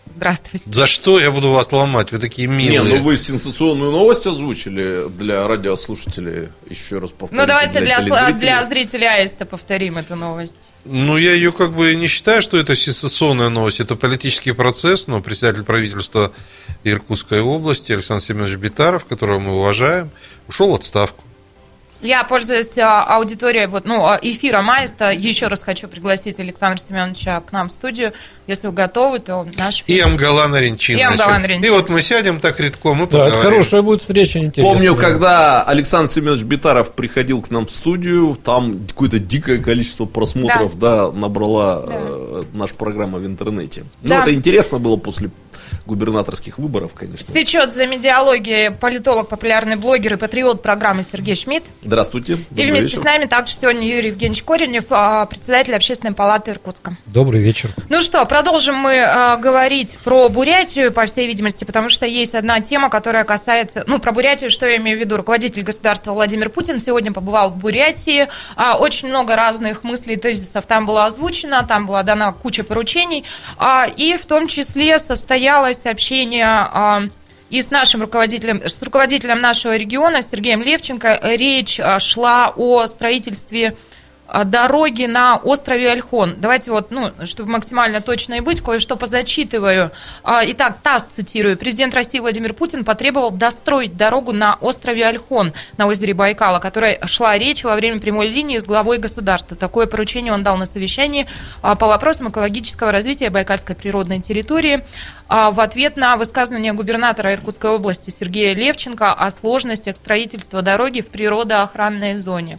Здравствуйте. За что я буду вас ломать? Вы такие милые. Не, вы сенсационную новость озвучили для радиослушателей. Еще раз повторю. Давайте для зрителей Аиста повторим эту новость. Я ее не считаю, что это сенсационная новость. Это политический процесс, но председатель правительства Иркутской области Александр Семенович Битаров, которого мы уважаем, ушел в отставку. Я, пользуясь аудиторией эфира Аиста, еще раз хочу пригласить Александра Семеновича к нам в студию. Если вы готовы, то наш... И Амгалан Аринчин. И вот мы сядем так редком и поговорим. Это хорошая будет встреча, интересная. Помню, когда Александр Семенович Битаров приходил к нам в студию, там какое-то дикое количество просмотров набрала наша программа в интернете. Это интересно было после губернаторских выборов, конечно. Сечет за медиалогией политолог, популярный блогер и патриот программы Сергей Шмидт. Здравствуйте. И вместе с нами также сегодня Юрий Евгеньевич Коренев, председатель Общественной палаты Иркутска. Добрый вечер. Ну что, продолжим мы говорить про Бурятию, по всей видимости, потому что есть одна тема, которая касается... про Бурятию, что я имею в виду? Руководитель государства Владимир Путин сегодня побывал в Бурятии. Очень много разных мыслей, тезисов там было озвучено, там была дана куча поручений. И в том числе состоялось общение... И с нашим руководителем нашего региона, Сергеем Левченко, речь шла о строительстве дороги на острове Ольхон. Давайте чтобы максимально точно и быть, кое-что позачитываю. Итак, ТАСС, цитирую. Президент России Владимир Путин потребовал достроить дорогу на острове Ольхон, на озере Байкал, о которой шла речь во время прямой линии с главой государства. Такое поручение он дал на совещании по вопросам экологического развития Байкальской природной территории в ответ на высказывание губернатора Иркутской области Сергея Левченко о сложностях строительства дороги в природоохранной зоне.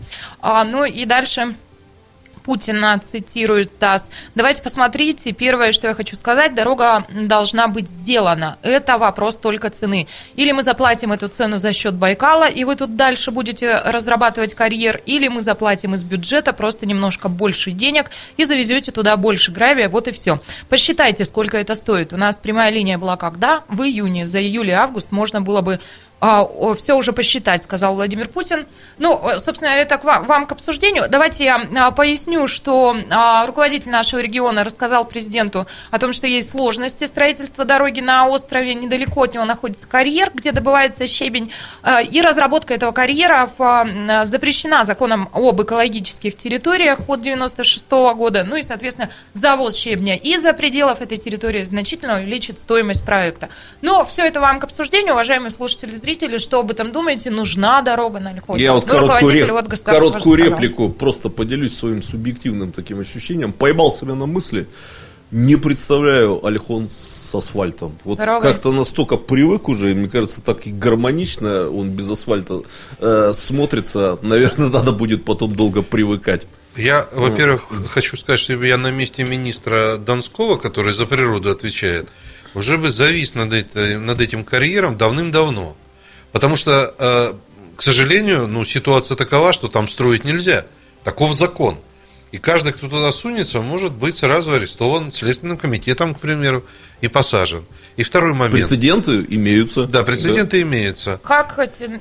И дальше... Путина цитирует ТАСС. Давайте посмотрите. Первое, что я хочу сказать, дорога должна быть сделана. Это вопрос только цены. Или мы заплатим эту цену за счет Байкала, и вы тут дальше будете разрабатывать карьер, или мы заплатим из бюджета просто немножко больше денег и завезете туда больше гравия. Вот и все. Посчитайте, сколько это стоит. У нас прямая линия была когда? В июне. За июль и август можно было бы все уже посчитать, сказал Владимир Путин. Собственно, это вам к обсуждению. Давайте я поясню, что руководитель нашего региона рассказал президенту о том, что есть сложности строительства дороги на острове. Недалеко от него находится карьер, где добывается щебень. И разработка этого карьера запрещена законом об экологических территориях от 1996 года. И, соответственно, завоз щебня из-за пределов этой территории значительно увеличит стоимость проекта. Но все это вам к обсуждению, уважаемые слушатели, зрители, что об этом думаете? Нужна дорога на Ольхон? Я короткую реплику просто поделюсь своим субъективным таким ощущением. Поймал себя на мысли, не представляю Ольхон с асфальтом. Как-то настолько привык уже, и мне кажется, так и гармонично он без асфальта смотрится. Наверное, надо будет потом долго привыкать. Я, во-первых, хочу сказать, что я на месте министра Донского, который за природу отвечает, уже бы завис над этим карьером давным-давно. Потому что, к сожалению, ситуация такова, что там строить нельзя. Таков закон. И каждый, кто туда сунется, может быть сразу арестован Следственным комитетом, к примеру, и посажен. И второй момент. Прецеденты имеются. Да, прецеденты имеются. Как эти...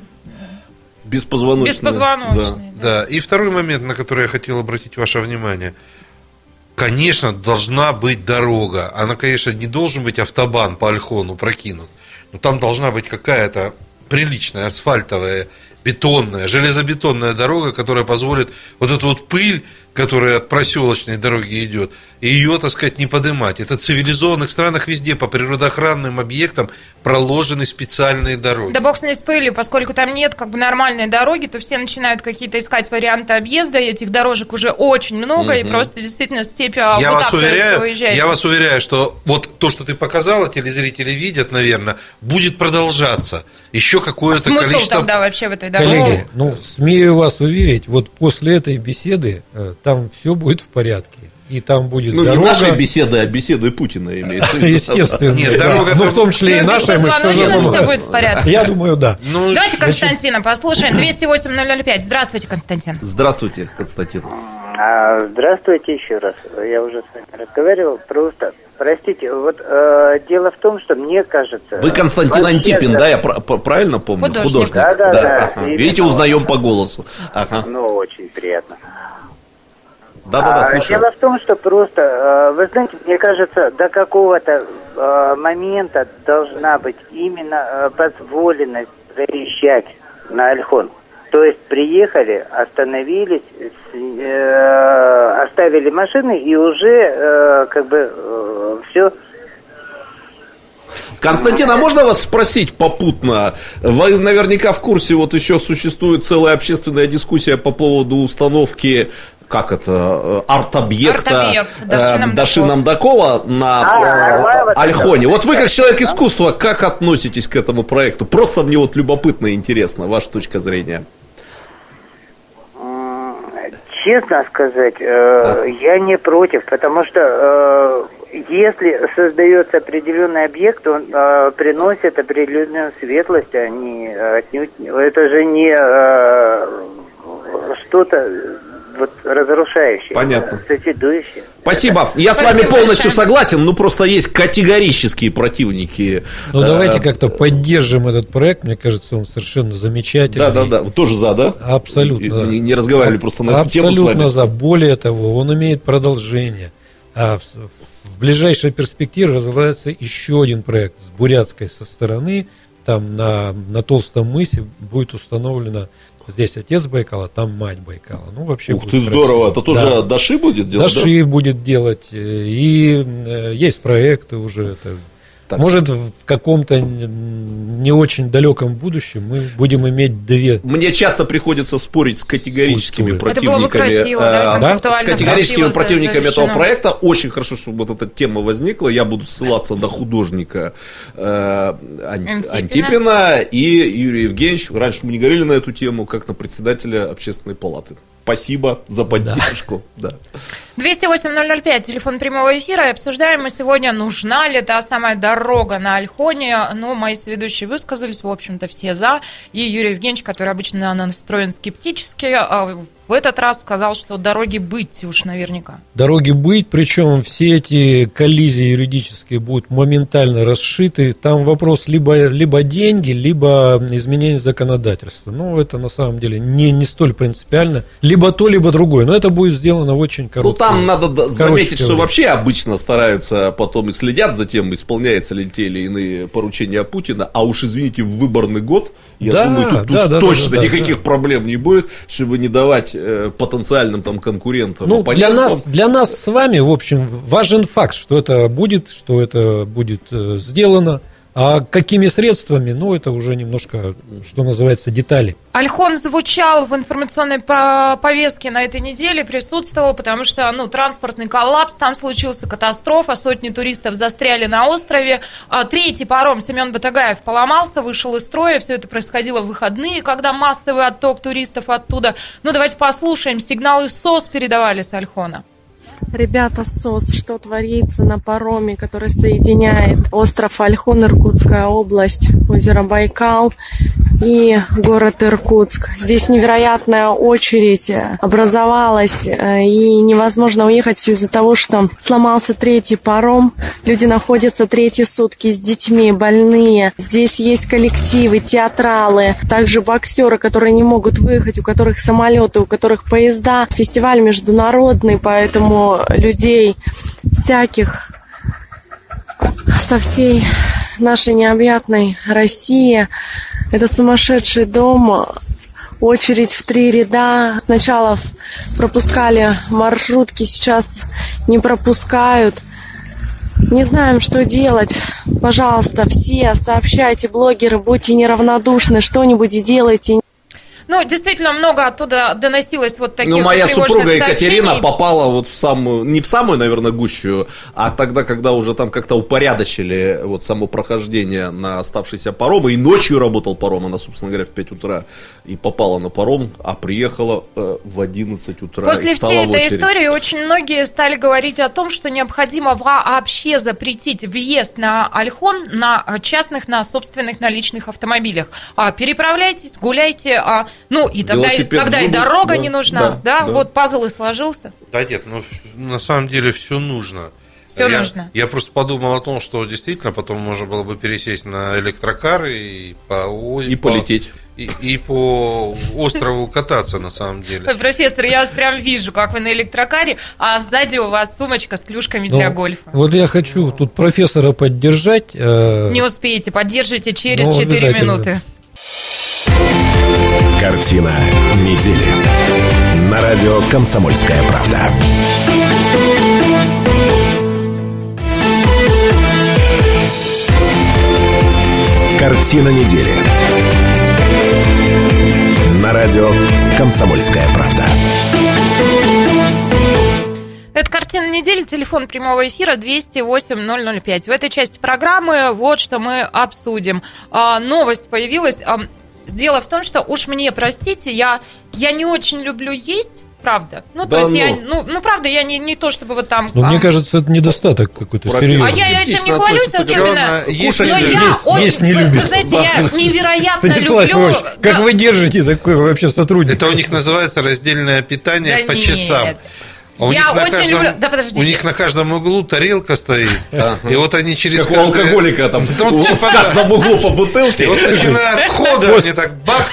Беспозвоночные. Да. И второй момент, на который я хотел обратить ваше внимание. Конечно, должна быть дорога. Она, конечно, не должен быть автобан по Ольхону прокинут. Но там должна быть какая-то приличная асфальтовая, бетонная, железобетонная дорога, которая позволит вот эту пыль, которая от проселочной дороги идет, и ее, так сказать, не поднимать. Это в цивилизованных странах везде по природоохранным объектам проложены специальные дороги. Да бог с ней с пылью, поскольку там нет нормальной дороги, то все начинают какие-то искать варианты объезда, и этих дорожек уже очень много, и просто действительно степь я вас уверяю, что вот то, что ты показала, телезрители видят, наверное, будет продолжаться еще какое-то количество... Смысл тогда вообще в этой дороге? Коллеги, смею вас уверить, вот после этой беседы там все будет в порядке. И там будет дорога... не наши беседы, а беседы Путина имеется в виду. Естественно. Нет, дорога... в том числе и наши. Все будет в порядке. Я думаю, да. Давайте Константина послушаем. 208-005. Здравствуйте, Константин. Здравствуйте, Константин. Здравствуйте еще раз. Я уже с вами разговаривал. Просто, простите, дело в том, что мне кажется... Вы Константин Антипин, да, я правильно помню? Художник. Да. Видите, узнаем по голосу. Очень приятно. Да, слушаю. Дело в том, что просто, вы знаете, мне кажется, до какого-то момента должна быть именно позволено заезжать на Ольхон. То есть приехали, остановились, оставили машины и уже все. Константин, а можно вас спросить попутно? Вы наверняка в курсе, вот еще существует целая общественная дискуссия по поводу установки, как это, арт-объекта Даши Намдакова на Ольхоне. Вот вы, как человек искусства, как относитесь к этому проекту? Просто мне вот любопытно и интересно, ваша точка зрения. Честно сказать, я не против, потому что если создается определенный объект, он приносит определенную светлость, а не отнюдь. Это же не что-то вот разрушающее, понятно. созидающее. Спасибо. Я с вами полностью согласен, но просто есть категорические противники. Ну, давайте как-то поддержим этот проект. Мне кажется, он совершенно замечательный. Да. Вы тоже за, да? Абсолютно. Не разговаривали просто на эту тему с вами. Абсолютно за. Более того, он имеет продолжение. А в ближайшей перспективе развивается еще один проект с бурятской со стороны. Там на Толстом мысе будет установлено здесь отец Байкала, там мать Байкала. Ну, вообще. Ух ты, здорово. Это тоже Даши будет делать? Даши будет делать. И есть проекты уже. Это, может, в каком-то не очень далеком будущем мы будем иметь две. Мне часто приходится спорить с категорическими противниками. Это было бы красиво, с категорическими противниками этого проекта. Очень хорошо, чтобы вот эта тема возникла. Я буду ссылаться на художника Антипина и Юрия Евгеньевича. Раньше мы не говорили на эту тему, как на председателя общественной палаты. Спасибо за поддержку. Да. 208-005, телефон прямого эфира. И обсуждаем мы сегодня, нужна ли та самая дорога на Ольхоне. Ну, мои соведущие высказались, в общем-то, все за. И Юрий Евгеньевич, который обычно настроен скептически, в этот раз сказал, что дороги быть уж наверняка. Дороги быть, причем все эти коллизии юридические будут моментально расшиты. Там вопрос либо деньги, либо изменение законодательства. Ну, это на самом деле не столь принципиально. Либо то, либо другое. Но это будет сделано в очень короткое. Ну, там надо заметить, что вообще обычно стараются потом и следят за тем, исполняются ли те или иные поручения Путина. А уж, извините, в выборный год, я думаю, тут точно никаких проблем не будет, чтобы не давать потенциальным там конкурентам. Ну, для нас с вами, в общем, важен факт, что это будет сделано. А какими средствами, ну, это уже немножко, что называется, детали. Ольхон звучал в информационной повестке на этой неделе, присутствовал, потому что, транспортный коллапс, там случился катастрофа, сотни туристов застряли на острове. Третий паром Семен Батагаев поломался, вышел из строя, все это происходило в выходные, когда массовый отток туристов оттуда. Ну, давайте послушаем, сигналы СОС передавали с Ольхона. Ребята, СОС, что творится на пароме, который соединяет остров Ольхон, Иркутская область, озеро Байкал и город Иркутск. Здесь невероятная очередь образовалась, и невозможно уехать все из-за того, что сломался третий паром. Люди находятся третьи сутки с детьми, больные. Здесь есть коллективы, театралы, также боксеры, которые не могут выехать, у которых самолеты, у которых поезда. Фестиваль международный, поэтому людей всяких со всей нашей необъятной России. Это сумасшедший дом, очередь в 3 ряда. Сначала пропускали маршрутки, сейчас не пропускают. Не знаем, что делать. Пожалуйста, все сообщайте, блогеры, будьте неравнодушны, что-нибудь сделайте. Ну, действительно, много оттуда доносилось вот таких моя супруга сообщений. Екатерина попала вот в самую, не в самую, наверное, гущу, а тогда, когда уже там как-то упорядочили вот само прохождение на оставшийся паром, и ночью работал паром, она, собственно говоря, в 5 утра и попала на паром, а приехала в 11 утра. После всей этой истории очень многие стали говорить о том, что необходимо вообще запретить въезд на Ольхон на частных, на собственных, на личных автомобилях. Переправляйтесь, гуляйте, и тогда и дорога не нужна. Да. Вот пазл и сложился. Да нет, на самом деле все нужно. Нужно. Я просто подумал о том, что действительно потом можно было бы пересесть на электрокары и полететь. и по острову кататься, на самом деле. Профессор, я вас прям вижу, как вы на электрокаре, а сзади у вас сумочка с клюшками для гольфа. Вот я хочу тут профессора поддержать. Не успеете, поддержите через 4 минуты. Картина недели. На радио «Комсомольская правда». Картина недели. На радио «Комсомольская правда». Это «Картина недели», телефон прямого эфира 208-005. В этой части программы вот что мы обсудим. Новость появилась. Дело в том, что уж мне простите, я не очень люблю есть. Правда. Ну, то есть я, правда, я не то, чтобы вот там... Мне кажется, это недостаток какой-то серьезный. А я этим не хвалюсь, особенно... Есть не любит. Вы знаете, я невероятно Станислав люблю... Иванович, как вы держите такое вообще сотрудника? Это у них называется раздельное питание по часам. У них на каждом углу тарелка стоит, и вот они через... Как у алкоголика там, в каждом углу по бутылке. И вот начинают ходы, они так бах.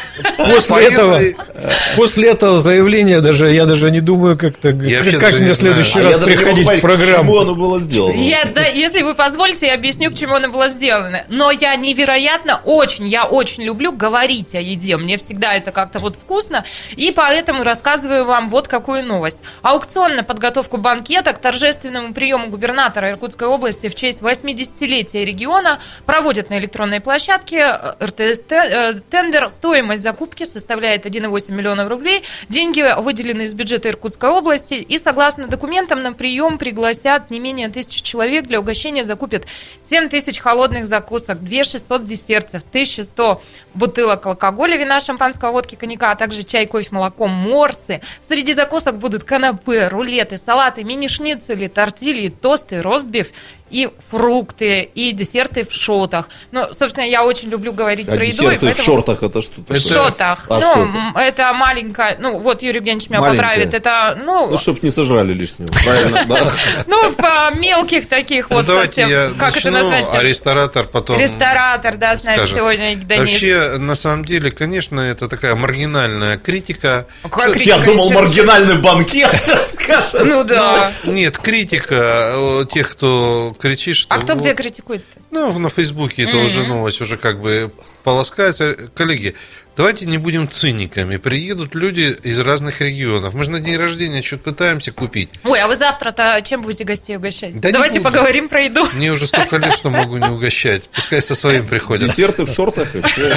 После этого заявления я даже не думаю, как мне в следующий раз приходить в программу. К чему оно было сделано? Если вы позволите, я объясню, к чему оно было сделано. Но я очень люблю говорить о еде. Мне всегда это как-то вот вкусно, и поэтому рассказываю вам вот какую новость. Аукцион на подготовку банкета к торжественному приему губернатора Иркутской области в честь 80-летия региона проводят на электронной площадке РТС тендер. Стоимость закупки составляет 1,8 миллионов рублей. Деньги выделены из бюджета Иркутской области. И согласно документам на прием пригласят не менее 1000 человек. Для угощения закупят 7000 холодных закусок, 2600 десертов, 1100 бутылок алкоголя, вина, шампанского, водки, коньяка, а также чай, кофе, молоко, морсы. Среди закусок будут канапе, рулеты, салаты, мини-шницели, тортильи, тосты, ростбиф и фрукты, и десерты в шотах. Ну, собственно, я очень люблю говорить про еду. А десерты в шортах это что такое? В шотах. Это маленькая... Вот Юрий Евгеньевич меня поправит. Это, чтобы не сожрали лишнего. Правильно, да? В мелких таких вот совсем... Давайте я начну, а ресторатор потом... Ресторатор, да, с нами сегодня Денис. Вообще, на самом деле, конечно, это такая маргинальная критика. Я думал, маргинальный банкет сейчас скажет. Ну да. Нет, критика тех, кто кричит, что... А кто где критикует-то? На Фейсбуке это уже новость, уже как бы полоскается. Коллеги, давайте не будем циниками. Приедут люди из разных регионов. Мы же на день рождения что-то пытаемся купить. Ой, а вы завтра-то чем будете гостей угощать? Давайте поговорим про еду. Мне уже столько лет, что могу не угощать. Пускай со своим приходят. Десерты в шортах и все.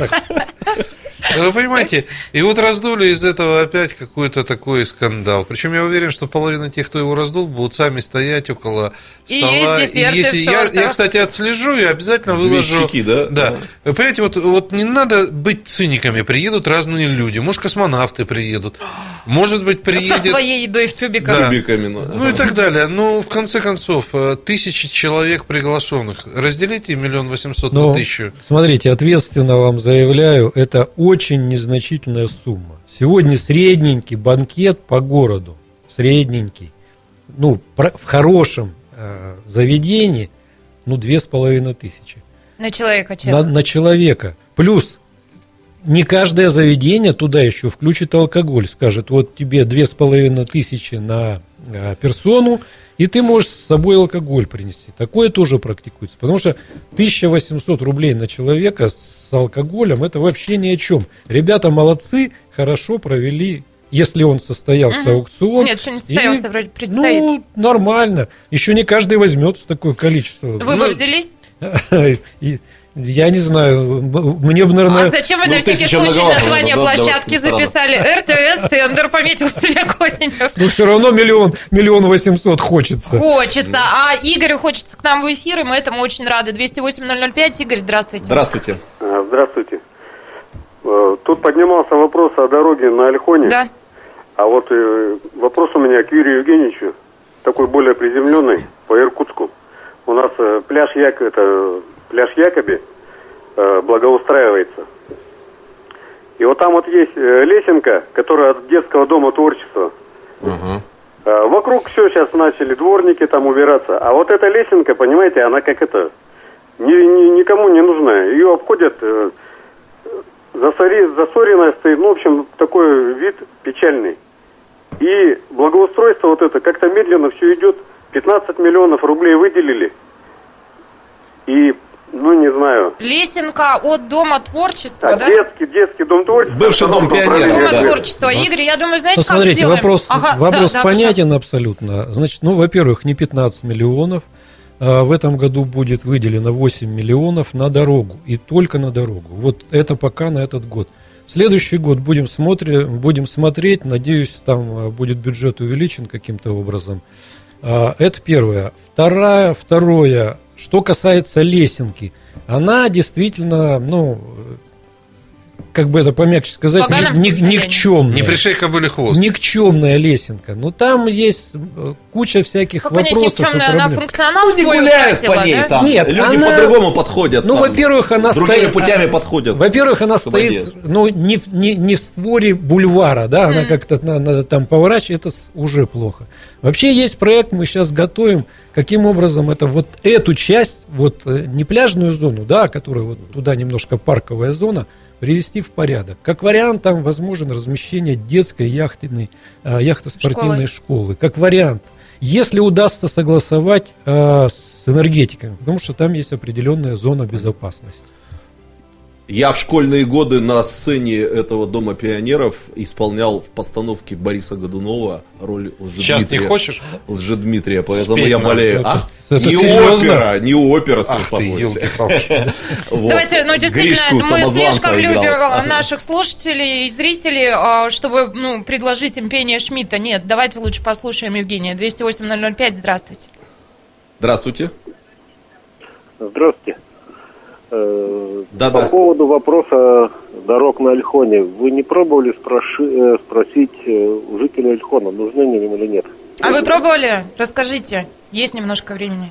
Вы понимаете, и вот раздули из этого опять какой-то такой скандал. Причем я уверен, что половина тех, кто его раздул, будут сами стоять около стола. Я, кстати, отслежу и обязательно выложу. Щеки, да? Да. Вы понимаете, вот не надо быть циниками. Приедут разные люди. Может, космонавты приедут. Может быть, приедет... Со своей едой в тюбиках. Да. Ну и так далее. Ну, в конце концов, 1000 человек приглашенных. Разделите 1 800 000 на 1000. Смотрите, ответственно вам заявляю, это очень незначительная сумма. Сегодня средненький банкет по городу, средненький, в хорошем заведении, 2500. На человека, на человека. Плюс не каждое заведение туда еще включит алкоголь. Скажет, вот тебе 2500 на персону, и ты можешь с собой алкоголь принести. Такое тоже практикуется. Потому что 1800 рублей на человека с алкоголем – это вообще ни о чем. Ребята молодцы, хорошо провели, если он состоялся аукцион. Нет, еще не состоялся, вроде предстоит. Нормально. Еще не каждый возьмет такое количество. Вы бы взялись? Я не знаю, мне бы, наверное... А зачем вы на всякий случай название площадки записали? РТС, тендер, пометил себе Коренев. Все равно 1 800 000 хочется. Хочется. А Игорю хочется к нам в эфир, и мы этому очень рады. 208-005. Игорь, здравствуйте. Здравствуйте. Здравствуйте. Тут поднимался вопрос о дороге на Ольхоне. Да. А вот вопрос у меня к Юрию Евгеньевичу, такой более приземленный, по Иркутску. У нас пляж Якоби благоустраивается. И вот там вот есть лесенка, которая от детского дома творчества. Вокруг все сейчас начали дворники там убираться. А вот эта лесенка, понимаете, она как никому не нужна. Ее обходят засоренная стоит, ну, в общем, такой вид печальный. И благоустройство вот это, как-то медленно все идет. 15 миллионов рублей выделили. И, ну, не знаю. Лесенка от Дома творчества, да? Детский Дом творчества. Бывший Дом пионеров. Дома творчества. Игорь, я думаю, знаете, как смотрите, сделаем? Вопрос понятен абсолютно. Значит, ну, во-первых, не 15 миллионов. В этом году будет выделено 8 миллионов на дорогу. И только на дорогу. Вот это пока на этот год. Следующий год будем смотреть. Надеюсь, там будет бюджет увеличен каким-то образом. Это первое. Второе, что касается лесенки, она действительно, ну, как бы это помягче сказать, никчемная. Не пришей кобыле хвост. Никчемная лесенка. Но там есть куча всяких вопросов. Никчемная, она функционал не гуляют по ней, да? Там. Нет, люди по-другому подходят. Ну, там, во-первых, она другими стоит, путями подходят. Во-первых, она стоит, ну, не в створе бульвара, да, она как-то надо там поворачивать, это уже плохо. Вообще есть проект, мы сейчас готовим, каким образом это вот эту часть, вот не пляжную зону, да, которая вот туда немножко парковая зона, привести в порядок. Как вариант, там возможно размещение детской яхтоспортивной школы. Как вариант. Если удастся согласовать с энергетиками, потому что там есть определенная зона безопасности. Я в школьные годы на сцене этого Дома пионеров исполнял в постановке Бориса Годунова роль Лжедмитрия. Сейчас не хочешь? Лжедмитрия, поэтому спеть я болею. Не опера, Ах ты, елки-палки. Давайте, ну действительно, мы слишком любим наших слушателей и зрителей, чтобы предложить им пение Шмидта. Нет, давайте лучше послушаем Евгения. 208-005, здравствуйте. Здравствуйте. Здравствуйте. По поводу вопроса дорог на Ольхоне, вы не пробовали спросить у жителей Ольхона, нужны они им или нет? А вы пробовали? Расскажите, есть немножко времени.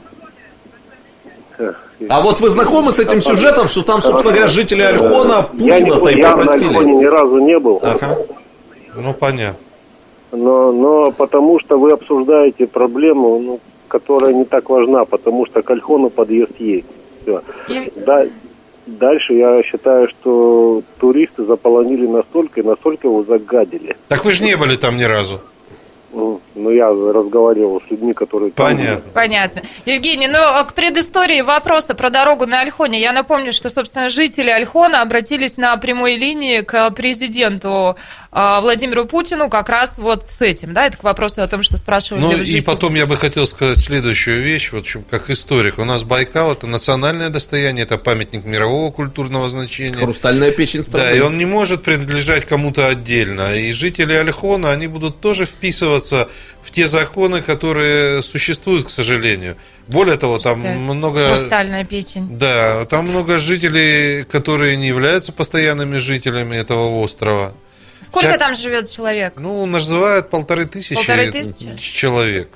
А вот вы знакомы с этим сюжетом, что там, собственно говоря, жители Ольхона Путина-то и попросили? Я на Ольхоне ни разу не был. Ага. Ну, понятно. Но потому что вы обсуждаете проблему, которая не так важна, потому что к Ольхону подъезд есть. Дальше я считаю, что туристы заполонили настолько его загадили. Так вы же не были там ни разу. Ну, я разговаривал с людьми, которые... Понятно. Евгений, к предыстории вопроса про дорогу на Ольхоне. Я напомню, что, собственно, жители Ольхона обратились на прямой линии к президенту Владимиру Путину как раз вот с этим, да, это к вопросу о том, что спрашивали жители. И потом я бы хотел сказать следующую вещь, вот как историк. У нас Байкал – это национальное достояние, это памятник мирового культурного значения. Хрустальная печень страны. Да, и он не может принадлежать кому-то отдельно. И жители Ольхона, они будут тоже вписываться в те законы, которые существуют, к сожалению. Более того, там много... Хрустальная печень. Да, там много жителей, которые не являются постоянными жителями этого острова. Сколько там живет человек? Называют 1500 человек.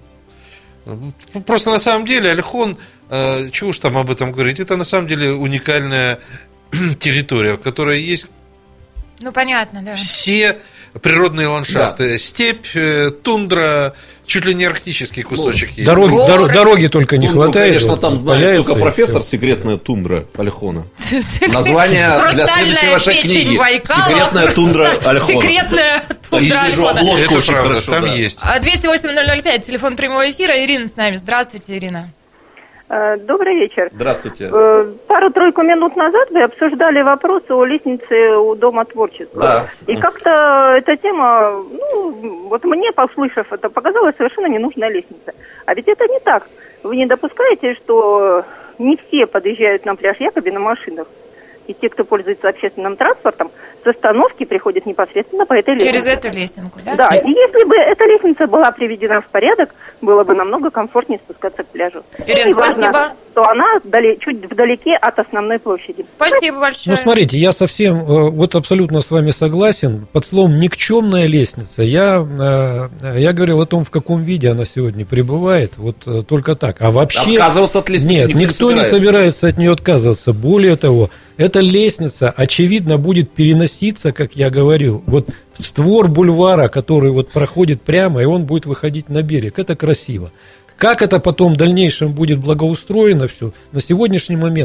Просто на самом деле Ольхон, чего уж там об этом говорить, это на самом деле уникальная территория, в которой есть понятно, да. все природные ландшафты. Да. Степь, тундра, чуть ли не арктический кусочек есть. Дороги только не хватает. Конечно, там знает только профессор «Секретная тундра» Ольхона. Название для следующей вашей книги «Секретная тундра Ольхона». Секретная тундра Ольхона. Обложку очень хорошо. Там есть. 208-005, телефон прямого эфира. Ирина с нами. Здравствуйте, Ирина. Добрый вечер. Здравствуйте. Пару-тройку минут назад вы обсуждали вопросы о лестнице у Дома творчества. Да. И как-то эта тема, вот мне, послышав это, показалась совершенно ненужная лестница. А ведь это не так. Вы не допускаете, что не все подъезжают на пляж Якоби на машинах? И те, кто пользуется общественным транспортом, с остановки приходят непосредственно по этой лестнице. Через эту лесенку, да? Да, и если бы эта лестница была приведена в порядок, было бы намного комфортнее спускаться к пляжу. Ирина, спасибо. Что она чуть вдалеке от основной площади. Спасибо большое. Смотрите, я совсем, вот абсолютно с вами согласен. Под словом «никчемная лестница» я говорил о том, в каком виде она сегодня пребывает, вот только так. А вообще... Отказываться от лестницы нет, никто не собирается от нее отказываться. Более того, эта лестница, очевидно, будет переноситься, как я говорил, вот в створ бульвара, который вот проходит прямо, и он будет выходить на берег. Это красиво. Как это потом в дальнейшем будет благоустроено все, на сегодняшний момент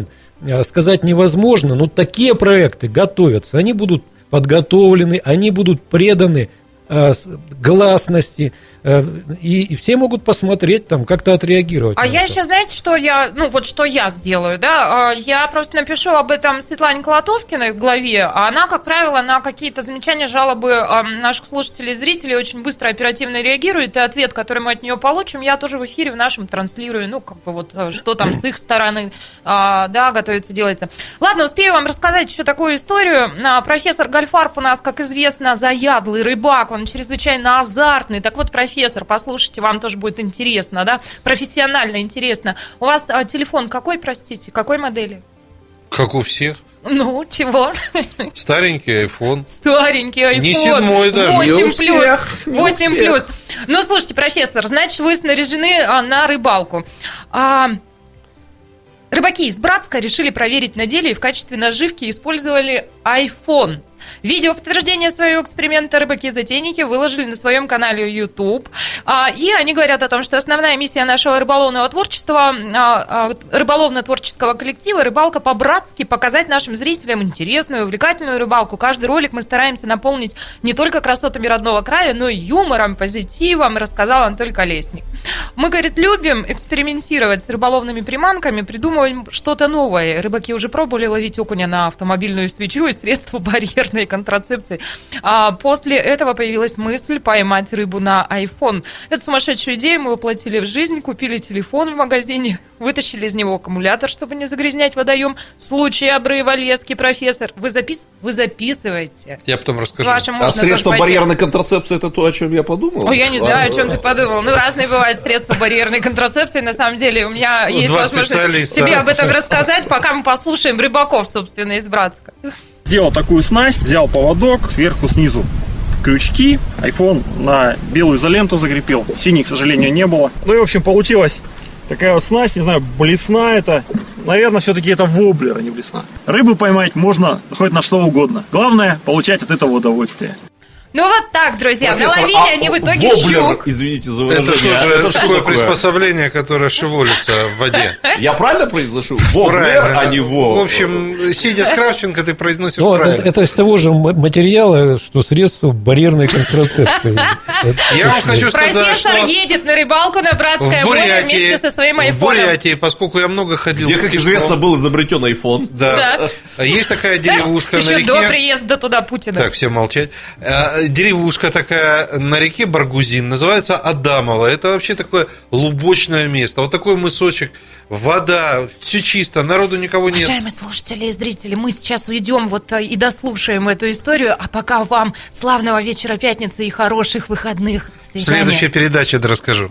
сказать невозможно, но такие проекты готовятся, они будут подготовлены, они будут преданы гласности, и все могут посмотреть, там, как-то отреагировать. А я еще, знаете, что я сделаю, да? Я просто напишу об этом Светлане Колотовкиной в главе, а она, как правило, на какие-то замечания, жалобы наших слушателей и зрителей очень быстро, оперативно реагирует, и ответ, который мы от нее получим, я тоже в эфире в нашем транслирую, что там с их стороны, готовится, делается. Ладно, успею вам рассказать еще такую историю. Профессор Гольфарб у нас, как известно, заядлый рыбак, он чрезвычайно азартный. Так вот, профессор, послушайте, вам тоже будет интересно, да? Профессионально интересно. У вас телефон какой, простите, какой модели? Как у всех. Ну, чего? Старенький iPhone. Старенький iPhone. Не 7-й даже. 8 плюс. Ну, слушайте, профессор, значит, вы снаряжены на рыбалку. Рыбаки из Братска решили проверить на деле и в качестве наживки использовали iPhone. Видео подтверждения своего эксперимента рыбаки-затейники выложили на своем канале YouTube. И они говорят о том, что основная миссия нашего рыболовно-творческого коллектива «Рыбалка по-братски» показать нашим зрителям интересную, увлекательную рыбалку. Каждый ролик мы стараемся наполнить не только красотами родного края, но и юмором, позитивом, рассказал Анатолий Колесник. Мы, говорит, любим экспериментировать с рыболовными приманками, придумываем что-то новое. Рыбаки уже пробовали ловить окуня на автомобильную свечу и средства барьерной контрацепции. После этого появилась мысль поймать рыбу на iPhone. Эту сумасшедшую идею мы воплотили в жизнь, купили телефон в магазине, вытащили из него аккумулятор, чтобы не загрязнять водоем. В случае обрыва лески, профессор, вы записываете. Я потом расскажу. А средства барьерной контрацепции — это то, о чем я подумал? Я не знаю, о чем ты подумал. Разные бывают средства барьерной контрацепции. На самом деле, у меня есть возможность тебе об этом рассказать, пока мы послушаем рыбаков, собственно, из Братска. Сделал такую снасть, взял поводок, сверху, снизу крючки, iPhone на белую изоленту закрепил, синий, к сожалению, не было. Ну и, в общем, получилась такая вот снасть, не знаю, блесна это. Наверное, все-таки это воблер, а не блесна. Рыбу поймать можно хоть на что угодно. Главное, получать от этого удовольствие. Ну вот так, друзья, наловили они в итоге щук. Извините за выражение. Это такое приспособление, которое шевелится в воде. Я правильно произношу? Воблер, а не во. В общем, сидя с Кравченко, ты произносишь правильно. Это из того же материала, что средство барьерной контрацепции. Я вам хочу сказать, профессор едет на рыбалку на Братское море вместе со своим айфоном. В Бурятии, поскольку я много ходил. Где, как известно, был изобретен iPhone. Да. Есть такая деревушка на реке. Еще до приезда туда Путина. Так, все молчать. Деревушка такая на реке Баргузин, называется Адамово. Это вообще такое лубочное место. Вот такой мысочек, вода, все чисто, народу никого нет. Уважаемые слушатели и зрители, мы сейчас уйдем и дослушаем эту историю, а пока вам славного вечера пятницы и хороших выходных. В следующей передаче расскажу.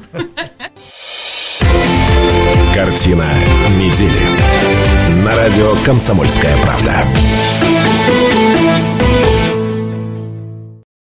Картина недели. На радио «Комсомольская правда».